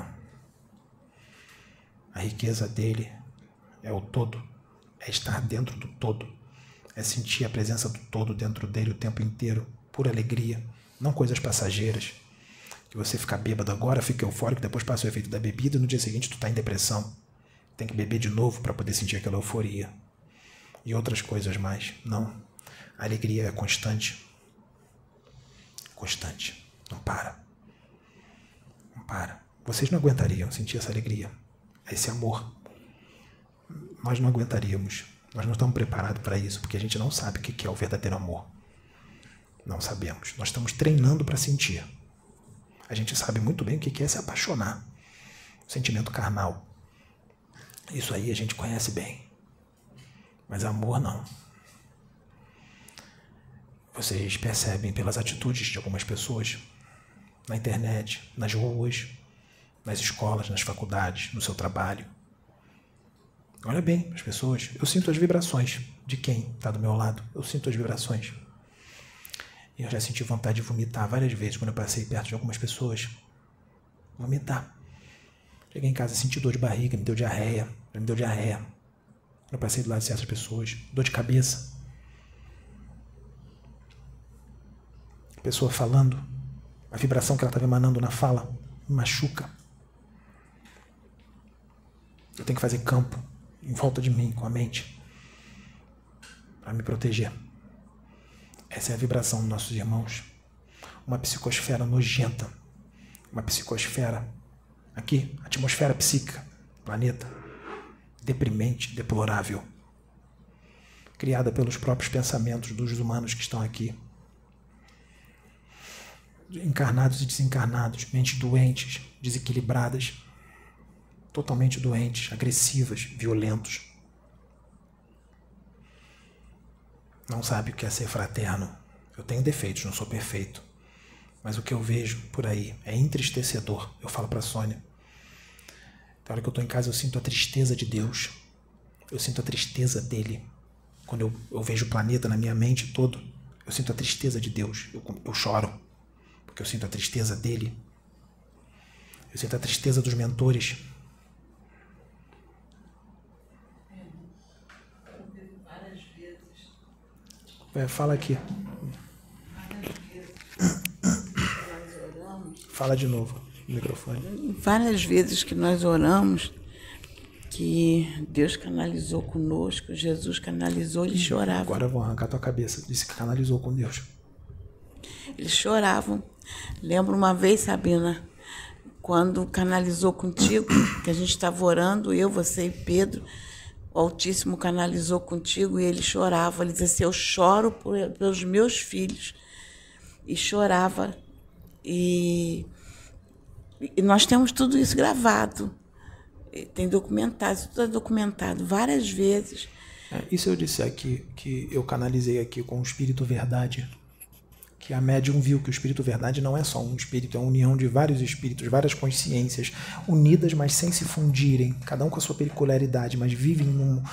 A riqueza dele é o todo, é estar dentro do todo, é sentir a presença do todo dentro dele o tempo inteiro, pura alegria, não coisas passageiras, que você fica bêbado agora, fica eufórico, depois passa o efeito da bebida e no dia seguinte tu está em depressão. Tem que beber de novo para poder sentir aquela euforia. E outras coisas mais. Não. A alegria é constante. Constante. Não para. Não para. Vocês não aguentariam sentir essa alegria, esse amor. Nós não aguentaríamos. Nós não estamos preparados para isso, porque a gente não sabe o que é o verdadeiro amor. Não sabemos. Nós estamos treinando para sentir. A gente sabe muito bem o que é se apaixonar. O sentimento carnal. Isso aí a gente conhece bem. Mas amor não. Vocês percebem pelas atitudes de algumas pessoas, na internet, nas ruas, nas escolas, nas faculdades, no seu trabalho. Olha bem as pessoas. Eu sinto as vibrações de quem está do meu lado. Eu sinto as vibrações. E eu já senti vontade de vomitar várias vezes quando eu passei perto de algumas pessoas. Vomitar. Cheguei em casa, senti dor de barriga, me deu diarreia. Eu passei do lado de certas pessoas. Dor de cabeça. A pessoa falando. A vibração que ela estava emanando na fala me machuca. Eu tenho que fazer campo em volta de mim, com a mente, para me proteger. Essa é a vibração dos nossos irmãos. Uma psicosfera nojenta. Uma psicosfera. Aqui, atmosfera psíquica, planeta. Deprimente, deplorável. Criada pelos próprios pensamentos dos humanos que estão aqui. Encarnados e desencarnados. Mentes doentes, desequilibradas. Totalmente doentes, agressivas, violentos. Não sabe o que é ser fraterno. Eu tenho defeitos, não sou perfeito. Mas o que eu vejo por aí é entristecedor. Eu falo para a Sônia. Na hora que eu estou em casa, eu sinto a tristeza de Deus. Eu sinto a tristeza dele. Quando eu vejo o planeta na minha mente todo, eu sinto a tristeza de Deus. Eu choro, porque eu sinto a tristeza dele. Eu sinto a tristeza dos mentores. Fala aqui. Fala de novo no microfone. Várias vezes que nós oramos, que Deus canalizou conosco, Jesus canalizou, ele chorava. Agora eu vou arrancar tua cabeça. Disse que canalizou com Deus. Eles choravam. Lembro uma vez, Sabina, quando canalizou contigo, que a gente estava orando, eu, você e Pedro, o Altíssimo canalizou contigo e ele chorava. Ele dizia assim, eu choro pelos meus filhos. E chorava. E nós temos tudo isso gravado. Tem documentado, isso tudo é documentado várias vezes. E se eu disser aqui que eu canalizei aqui com o Espírito Verdade? Que a médium viu que o Espírito Verdade não é só um espírito, é uma união de vários espíritos, várias consciências, unidas, mas sem se fundirem, cada um com a sua peculiaridade, mas vivem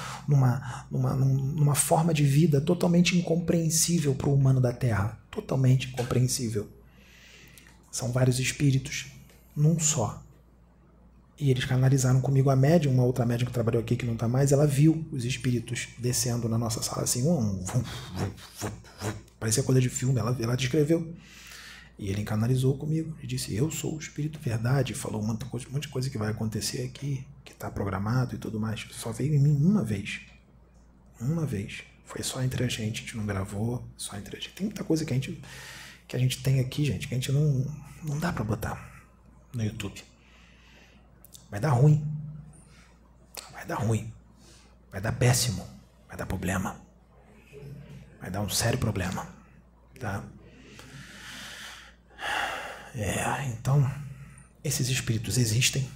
numa forma de vida totalmente incompreensível para o humano da Terra. Totalmente incompreensível. São vários espíritos, num só. E eles canalizaram comigo a médium, uma outra médium que trabalhou aqui, que não está mais, ela viu os espíritos descendo na nossa sala assim, parecia coisa de filme, ela descreveu. E ele canalizou comigo, e disse, eu sou o Espírito Verdade, falou um monte de coisa que vai acontecer aqui, que está programado e tudo mais. Só veio em mim uma vez. Uma vez. Foi só entre a gente não gravou, só entre a gente. Tem muita coisa que a gente tem aqui, gente, que a gente não dá pra botar no YouTube. Vai dar ruim. Vai dar ruim. Vai dar péssimo. Vai dar problema. Vai dar um sério problema. Tá? Então, esses espíritos existem.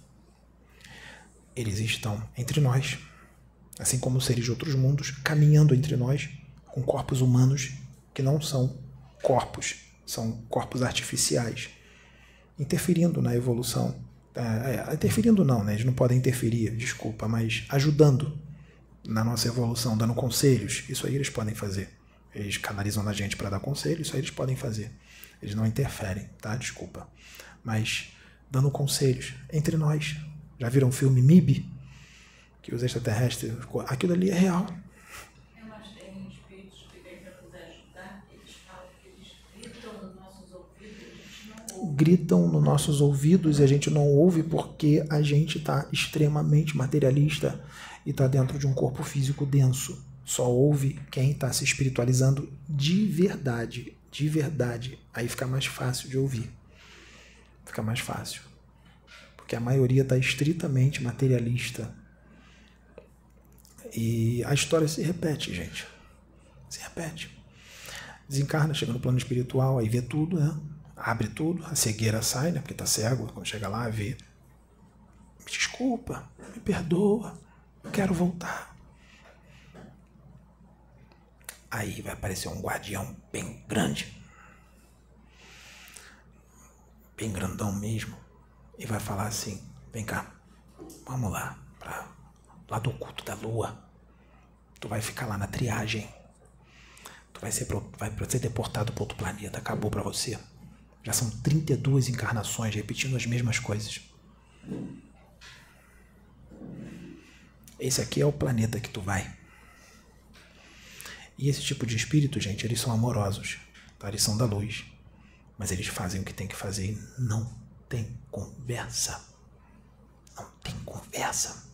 Eles estão entre nós, assim como seres de outros mundos, caminhando entre nós, com corpos humanos que não são corpos, são corpos artificiais, interferindo na evolução. Interferindo não, né? Eles não podem interferir, desculpa, mas ajudando na nossa evolução, dando conselhos. Isso aí eles podem fazer. Eles canalizam na gente para dar conselhos, isso aí eles podem fazer. Eles não interferem, tá? Desculpa. Mas dando conselhos entre nós. Já viram o filme MIB? Que os extraterrestres... Aquilo ali é real. Mas tem espíritos que vêm para poder ajudar, eles falam que eles gritam nos nossos ouvidos e a gente não ouve. Gritam nos nossos ouvidos e a gente não ouve porque a gente está extremamente materialista e está dentro de um corpo físico denso. Só ouve quem está se espiritualizando de verdade. De verdade. Aí fica mais fácil de ouvir. Fica mais fácil. Porque a maioria está estritamente materialista. E a história se repete, gente. Se repete. Desencarna, chega no plano espiritual, aí vê tudo, né? Abre tudo, a cegueira sai, né? Porque está cego, quando chega lá, vê. Me desculpa, me perdoa, eu quero voltar. Aí vai aparecer um guardião bem grande, bem grandão mesmo, e vai falar assim: vem cá, vamos lá, lá do culto da lua. Tu vai ficar lá na triagem. Tu vai ser deportado para outro planeta. Acabou para você. Já são 32 encarnações repetindo as mesmas coisas. Esse aqui é o planeta que tu vai. E esse tipo de espírito, gente, eles são amorosos, tá? Eles são da luz, mas eles fazem o que tem que fazer e não tem conversa. Não tem conversa.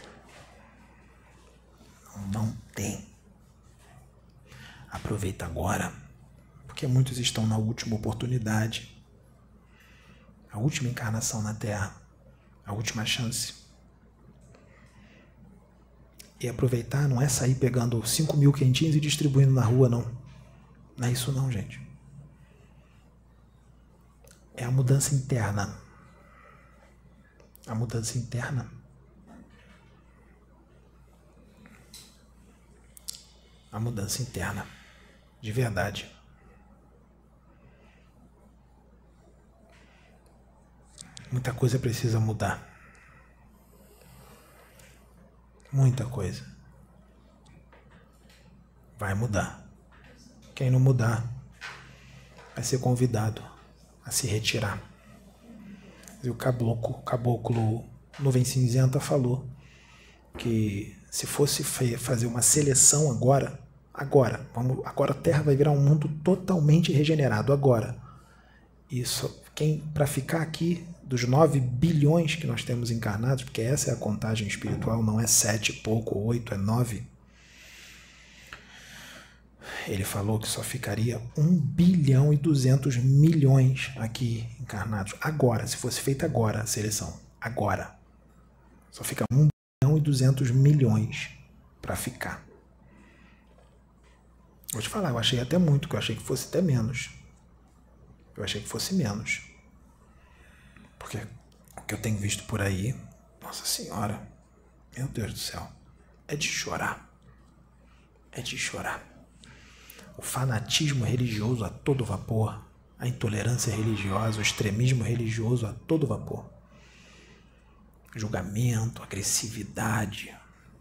Não tem. Aproveita agora, porque muitos estão na última oportunidade, a última encarnação na Terra, a última chance. E aproveitar não é sair pegando 5.000 quentinhos e distribuindo na rua, não. Não é isso não, gente. É a mudança interna. A mudança interna. A mudança interna. De verdade. Muita coisa precisa mudar. Muita coisa. Vai mudar. Quem não mudar vai ser convidado a se retirar. E o caboclo Nuvem Cinzenta falou que se fosse fazer uma seleção agora a Terra vai virar um mundo totalmente regenerado agora. Isso, para ficar aqui, dos 9 bilhões que nós temos encarnados, porque essa é a contagem espiritual, não é 7 e pouco, ou 8, é 9. Ele falou que só ficaria 1 bilhão e 200 milhões aqui encarnados. Agora, se fosse feita agora a seleção, agora, só fica 1 bilhão e 200 milhões para ficar. Vou te falar, eu achei até muito, que eu achei que fosse até menos. Eu achei que fosse menos. Porque o que eu tenho visto por aí, Nossa Senhora, meu Deus do céu, é de chorar. É de chorar. O fanatismo religioso a todo vapor, a intolerância religiosa, o extremismo religioso a todo vapor. Julgamento, agressividade.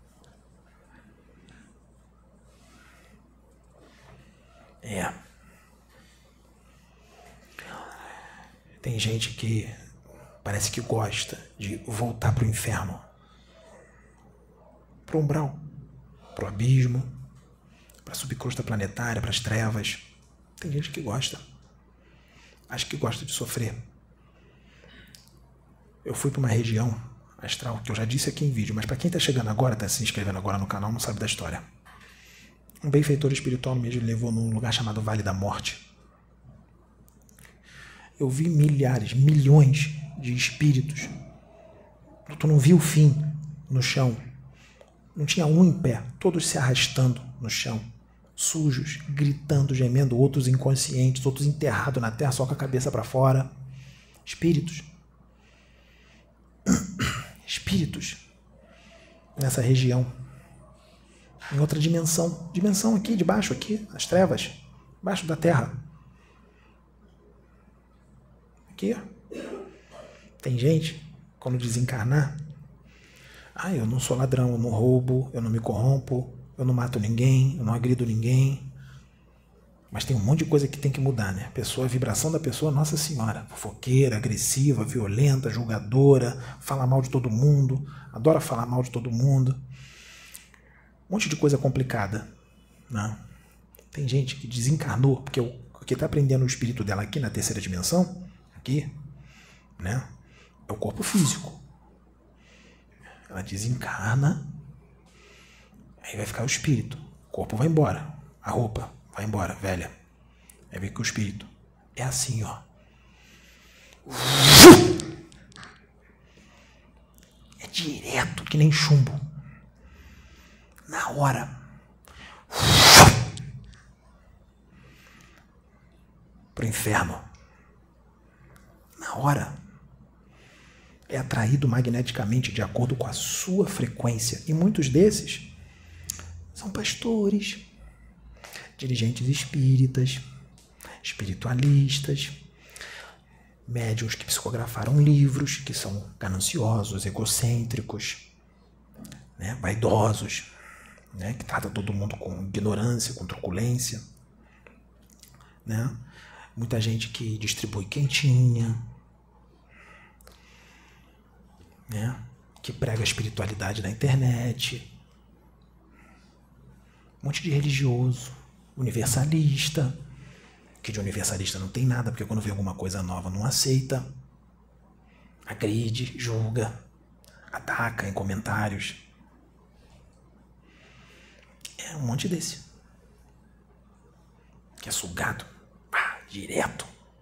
Tem gente que parece que gosta de voltar para o inferno, para o umbral, para o abismo, para a subcrosta planetária, para as trevas. Tem gente que gosta. Acho que gosta de sofrer. Eu fui para uma região astral, que eu já disse aqui em vídeo, mas para quem está chegando agora, está se inscrevendo agora no canal, não sabe da história. Um benfeitor espiritual mesmo levou num lugar chamado Vale da Morte. Eu vi milhares, milhões de espíritos. Tu não viu o fim no chão. Não tinha um em pé, todos se arrastando no chão, sujos, gritando, gemendo, outros inconscientes, outros enterrados na terra, só com a cabeça para fora. Espíritos. Espíritos. Nessa região. Em outra dimensão. Dimensão aqui, debaixo, aqui, as trevas. Embaixo da terra. Aqui. Tem gente, quando desencarnar, eu não sou ladrão, eu não roubo, eu não me corrompo, eu não mato ninguém, eu não agrido ninguém. Mas tem um monte de coisa que tem que mudar, né? A vibração da pessoa, Nossa Senhora, fofoqueira, agressiva, violenta, julgadora, fala mal de todo mundo, adora falar mal de todo mundo. Um monte de coisa complicada, né? Tem gente que desencarnou, porque o que está aprendendo o espírito dela aqui na terceira dimensão, aqui, né? É o corpo físico. Ela desencarna, aí vai ficar o espírito. O corpo vai embora, a roupa vai embora, velha. Aí vem que o espírito é assim, ó. É direto, que nem chumbo. Na hora. Pro inferno. Na hora. É atraído magneticamente de acordo com a sua frequência. E muitos desses são pastores, dirigentes espíritas, espiritualistas, médiuns que psicografaram livros, que são gananciosos, egocêntricos, né, vaidosos, né, que tratam todo mundo com ignorância, com truculência, né? Muita gente que distribui quentinha, né, que prega a espiritualidade na internet, um monte de religioso, universalista, que de universalista não tem nada, porque quando vê alguma coisa nova não aceita, agride, julga, ataca em comentários. É um monte desse. Que é sugado, direto.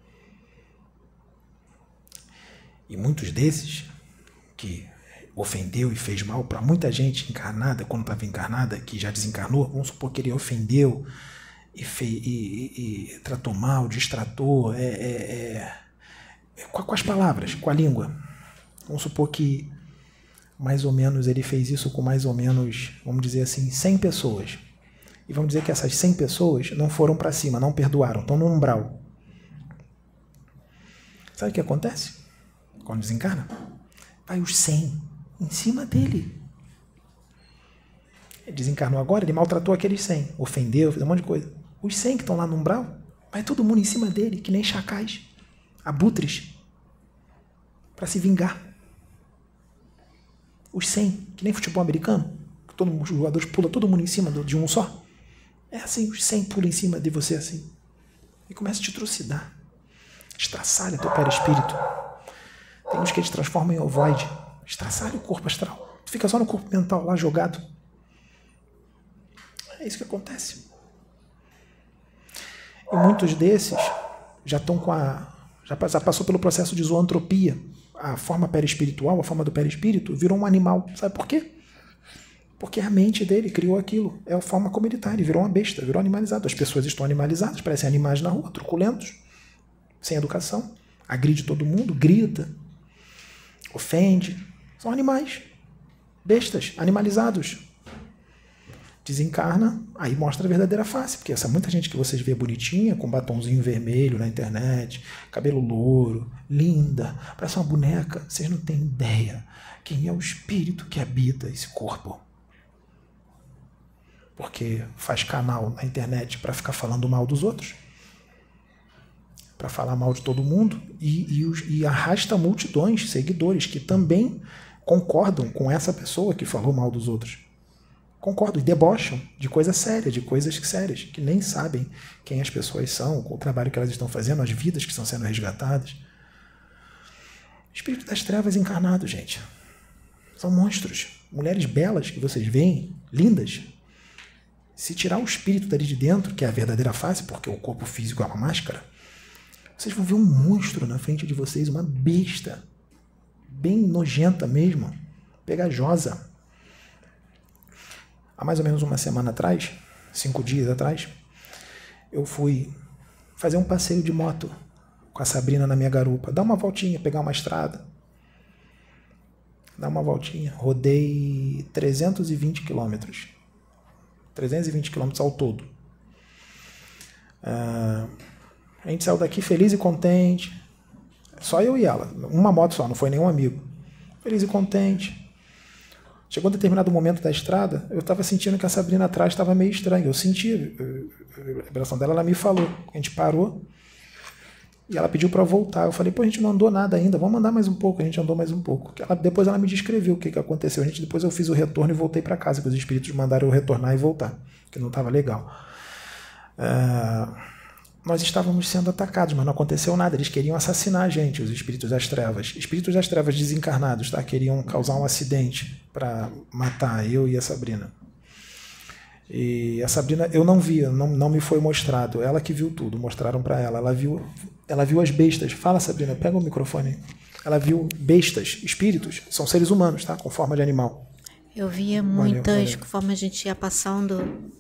E muitos desses que ofendeu e fez mal para muita gente encarnada, quando estava encarnada, que já desencarnou, vamos supor que ele ofendeu e tratou mal, distratou, com as palavras, com a língua. Vamos supor que mais ou menos ele fez isso com mais ou menos, vamos dizer assim, 100 pessoas. E vamos dizer que essas 100 pessoas não foram para cima, não perdoaram, estão no umbral. Sabe o que acontece quando desencarna? Vai os 100 em cima dele. Ele desencarnou agora, ele maltratou aqueles 100, ofendeu, fez um monte de coisa. Os 100 que estão lá no umbral, vai todo mundo em cima dele, que nem chacais, abutres, para se vingar. Os 100, que nem futebol americano, que os jogadores pulam todo mundo em cima de um só. É assim, os 100 pulam em cima de você assim. E começa a te trucidar. Estraçalha teu perispírito. Tem uns que eles transformam em ovoide. Estraçalha o corpo astral. Tu fica só no corpo mental lá jogado. É isso que acontece. E muitos desses já estão já passou pelo processo de zoantropia. A forma perispiritual, a forma do perispírito, virou um animal. Sabe por quê? Porque a mente dele criou aquilo. É a forma como ele está. Ele virou uma besta, virou animalizado. As pessoas estão animalizadas, parecem animais na rua, truculentos, sem educação. Agride todo mundo, grita, ofende. São animais, bestas, animalizados. Desencarna, aí mostra a verdadeira face. Porque essa muita gente que vocês vê bonitinha, com batonzinho vermelho na internet, cabelo louro, linda, parece uma boneca. Vocês não têm ideia quem é o espírito que habita esse corpo. Porque faz canal na internet para ficar falando mal dos outros, para falar mal de todo mundo, e arrasta multidões, seguidores, que também concordam com essa pessoa que falou mal dos outros. Concordam e debocham de coisa séria, de coisas sérias, que nem sabem quem as pessoas são, o trabalho que elas estão fazendo, as vidas que estão sendo resgatadas. Espírito das trevas encarnado, gente. São monstros. Mulheres belas que vocês veem, lindas, Se tirar o espírito dali de dentro, que é a verdadeira face, porque o corpo físico é uma máscara, vocês vão ver um monstro na frente de vocês, uma besta, bem nojenta mesmo, pegajosa. Há mais ou menos uma semana atrás, 5 dias atrás, eu fui fazer um passeio de moto com a Sabrina na minha garupa, dar uma voltinha, pegar uma estrada, dar uma voltinha. Rodei 320 quilômetros. 320 quilômetros ao todo. A gente saiu daqui feliz e contente. Só eu e ela. Uma moto só, não foi nenhum amigo. Feliz e contente. Chegou um determinado momento da estrada, eu estava sentindo que a Sabrina atrás estava meio estranha. Eu senti a vibração dela, ela me falou. A gente parou e ela pediu para voltar. Eu falei, pô, a gente não andou nada ainda, vamos andar mais um pouco. A gente andou mais um pouco. Depois ela me descreveu o que aconteceu. Depois eu fiz o retorno e voltei para casa, que os espíritos mandaram eu retornar e voltar, que não estava legal. Nós estávamos sendo atacados, mas não aconteceu nada. Eles queriam assassinar a gente, os espíritos das trevas. Espíritos das trevas desencarnados, tá? Queriam causar um acidente para matar eu e a Sabrina. E a Sabrina eu não vi, não me foi mostrado. Ela que viu tudo, mostraram para ela. Ela viu as bestas. Fala, Sabrina, pega o microfone. Ela viu bestas, espíritos, são seres humanos, tá? Com forma de animal. Eu via muitas, conforme a gente ia passando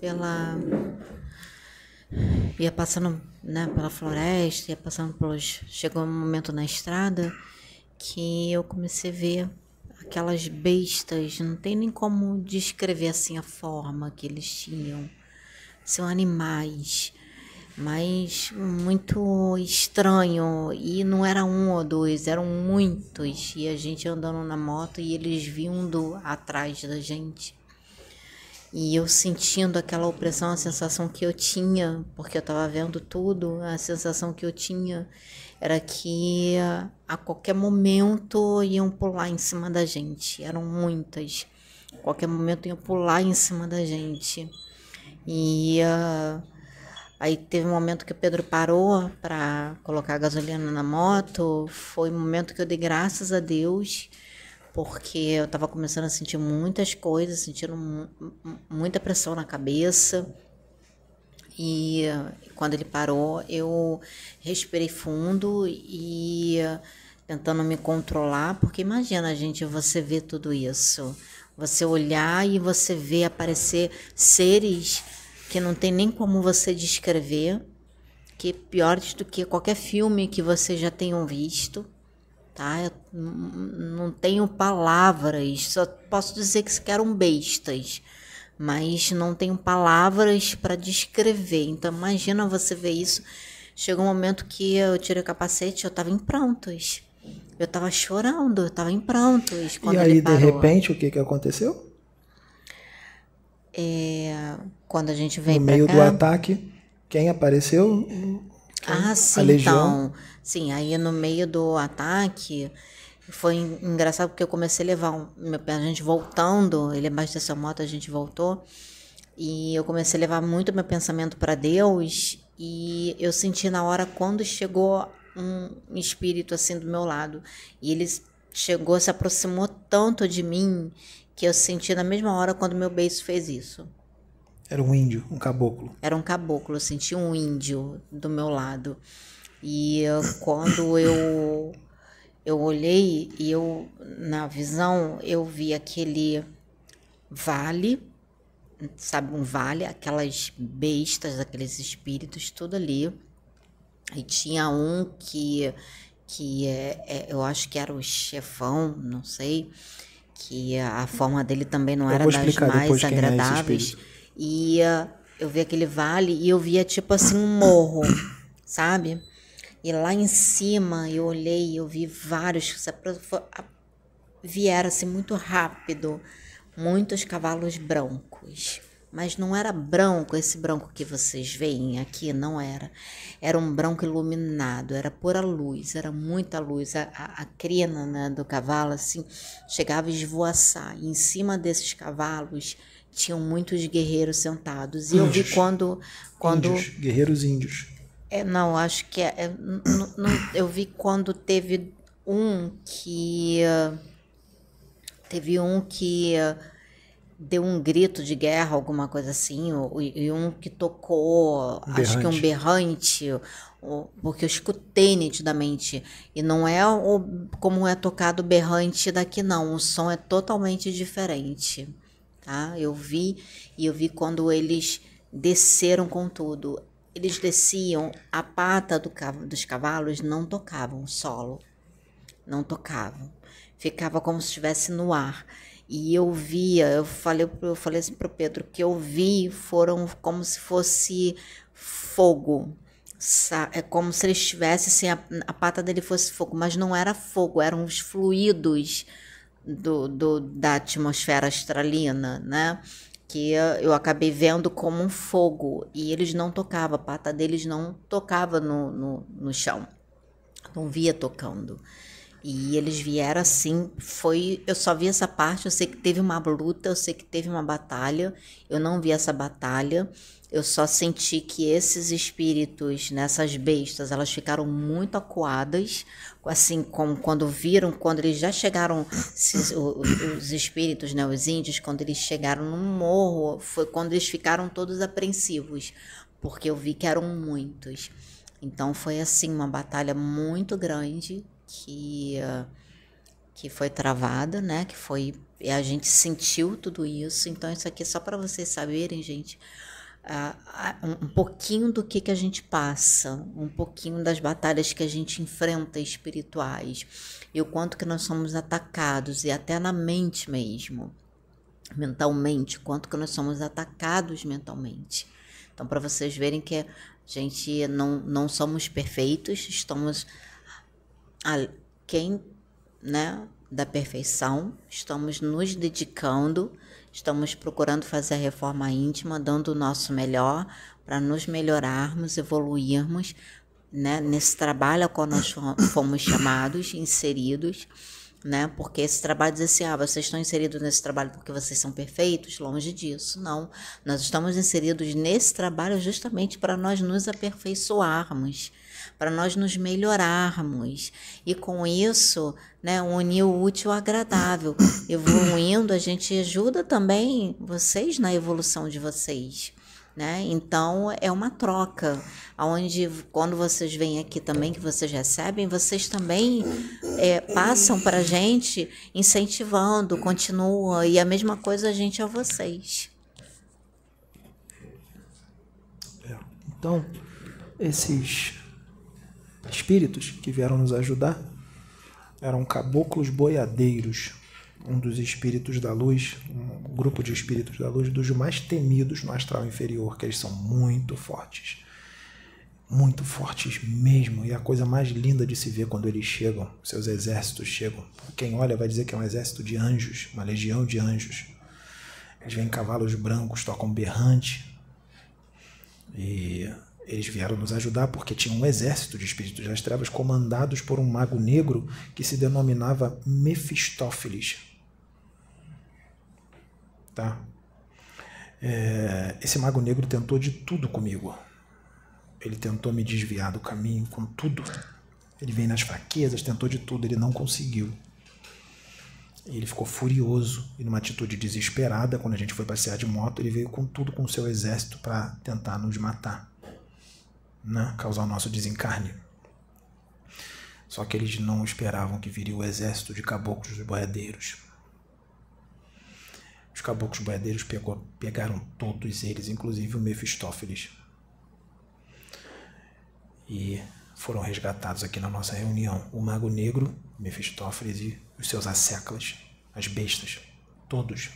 né, pela floresta, ia passando pelos... Chegou um momento na estrada que eu comecei a ver aquelas bestas, não tem nem como descrever assim a forma que eles tinham. São animais, mas muito estranho, e não era um ou dois, eram muitos, e a gente andando na moto e eles vindo atrás da gente. E eu sentindo aquela opressão, a sensação que eu tinha, porque eu estava vendo tudo, a sensação que eu tinha era que a qualquer momento iam pular em cima da gente. Eram muitas. A qualquer momento iam pular em cima da gente. E aí teve um momento que o Pedro parou para colocar gasolina na moto. Foi um momento que eu dei graças a Deus, porque eu estava começando a sentir muitas coisas, sentindo muita pressão na cabeça. E quando ele parou, eu respirei fundo e tentando me controlar, porque imagina, gente, você ver tudo isso, você olhar e você ver aparecer seres que não tem nem como você descrever, que piores do que qualquer filme que vocês já tenham visto. Tá? Eu não tenho palavras, só posso dizer que eram bestas, mas não tenho palavras para descrever. Então imagina você ver isso. Chegou um momento que eu tirei o capacete, eu estava em prantos. Eu estava chorando, eu estava em prantos quando ele parou. E aí, de repente, o que aconteceu? Quando a gente vem no meio do ataque, quem apareceu? Sim, então. Sim, aí no meio do ataque foi engraçado porque eu comecei a levar a gente voltando, ele abasteceu a moto, a gente voltou, e eu comecei a levar muito meu pensamento para Deus, e eu senti na hora quando chegou um espírito assim do meu lado, e ele chegou, se aproximou tanto de mim que eu senti na mesma hora quando meu beiço fez isso. Era um índio, um caboclo. Era um caboclo, eu senti um índio do meu lado. E quando eu olhei e na visão, eu vi aquele vale, sabe, um vale, aquelas bestas, aqueles espíritos, tudo ali. E tinha um que eu acho que era o chefão, não sei, que a forma dele também não era das mais agradáveis. E eu vi aquele vale e eu via tipo assim um morro, sabe? E lá em cima eu olhei, eu vi vários, vieram assim muito rápido, muitos cavalos brancos. Mas não era branco, esse branco que vocês veem aqui, não era. Era um branco iluminado, era pura luz, era muita luz. A crina, né, do cavalo assim chegava a esvoaçar. E em cima desses cavalos tinham muitos guerreiros sentados. E índios. Eu vi quando índios, guerreiros índios. Não, acho que eu vi quando teve um que deu um grito de guerra, alguma coisa assim, e um que tocou, acho que um berrante, porque eu escutei nitidamente, e não é como é tocado o berrante daqui não, o som é totalmente diferente, tá? Eu vi quando eles desceram com tudo, eles desciam, a pata dos cavalos não tocavam o solo, não tocavam, ficava como se estivesse no ar. E eu via, eu falei assim pro Pedro, que eu vi foram como se fosse fogo. É como se ele estivesse, assim, a pata dele fosse fogo, mas não era fogo, eram os fluidos da atmosfera australiana, né? Que eu acabei vendo como um fogo, e eles não tocavam, a pata deles não tocava no chão, não via tocando. E eles vieram assim, eu só vi essa parte, eu sei que teve uma luta, eu sei que teve uma batalha, eu não vi essa batalha, eu só senti que esses espíritos, nessas bestas, elas ficaram muito acuadas, assim, como quando eles já chegaram, os espíritos, né, os índios, quando eles chegaram no morro, foi quando eles ficaram todos apreensivos, porque eu vi que eram muitos. Então foi assim, uma batalha muito grande, que foi travada, né? E a gente sentiu tudo isso. Então isso aqui é só para vocês saberem, gente, um pouquinho do que a gente passa, um pouquinho das batalhas que a gente enfrenta espirituais, e o quanto que nós somos atacados, e até na mente mesmo, mentalmente, o quanto que nós somos atacados mentalmente. Então, para vocês verem que a gente não somos perfeitos, estamos quem, né, da perfeição, estamos nos dedicando, estamos procurando fazer a reforma íntima, dando o nosso melhor para nos melhorarmos, evoluirmos, né, nesse trabalho a qual nós fomos chamados, inseridos, né? Porque esse trabalho diz assim, vocês estão inseridos nesse trabalho porque vocês são perfeitos? Longe disso, não. Nós estamos inseridos nesse trabalho justamente para nós nos aperfeiçoarmos, para nós nos melhorarmos, e com isso, né, unir o útil ao agradável. Evoluindo, a gente ajuda também vocês na evolução de vocês, né? Então é uma troca, onde quando vocês vêm aqui também, que vocês recebem, vocês também passam para a gente, incentivando, continua, e a mesma coisa a gente a vocês. Então, esses espíritos que vieram nos ajudar eram caboclos boiadeiros, um dos espíritos da luz, um grupo de espíritos da luz dos mais temidos no astral inferior, que eles são muito fortes mesmo, e a coisa mais linda de se ver quando eles chegam, seus exércitos chegam, quem olha vai dizer que é um exército de anjos, uma legião de anjos. Eles vêm em cavalos brancos, tocam berrante, e eles vieram nos ajudar porque tinha um exército de espíritos das trevas comandados por um mago negro que se denominava Mefistófeles. Tá? Esse mago negro tentou de tudo comigo. Ele tentou me desviar do caminho com tudo. Ele veio nas fraquezas, tentou de tudo, ele não conseguiu. Ele ficou furioso e numa atitude desesperada, quando a gente foi passear de moto, ele veio com tudo, com o seu exército, para tentar nos matar, né? Causar o nosso desencarne. Só que eles não esperavam que viria o exército de caboclos boiadeiros. Os caboclos boiadeiros pegaram todos eles, inclusive o Mefistófeles, e foram resgatados aqui na nossa reunião. O Mago Negro, Mefistófeles e os seus asseclas, as bestas, todos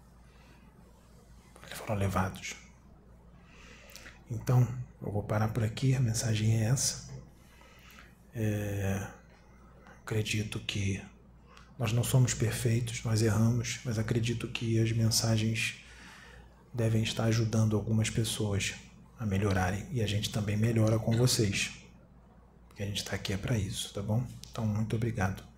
foram levados. Então, eu vou parar por aqui, a mensagem é essa. Acredito que nós não somos perfeitos, nós erramos, mas acredito que as mensagens devem estar ajudando algumas pessoas a melhorarem, e a gente também melhora com vocês, porque a gente está aqui para isso, tá bom? Então, muito obrigado.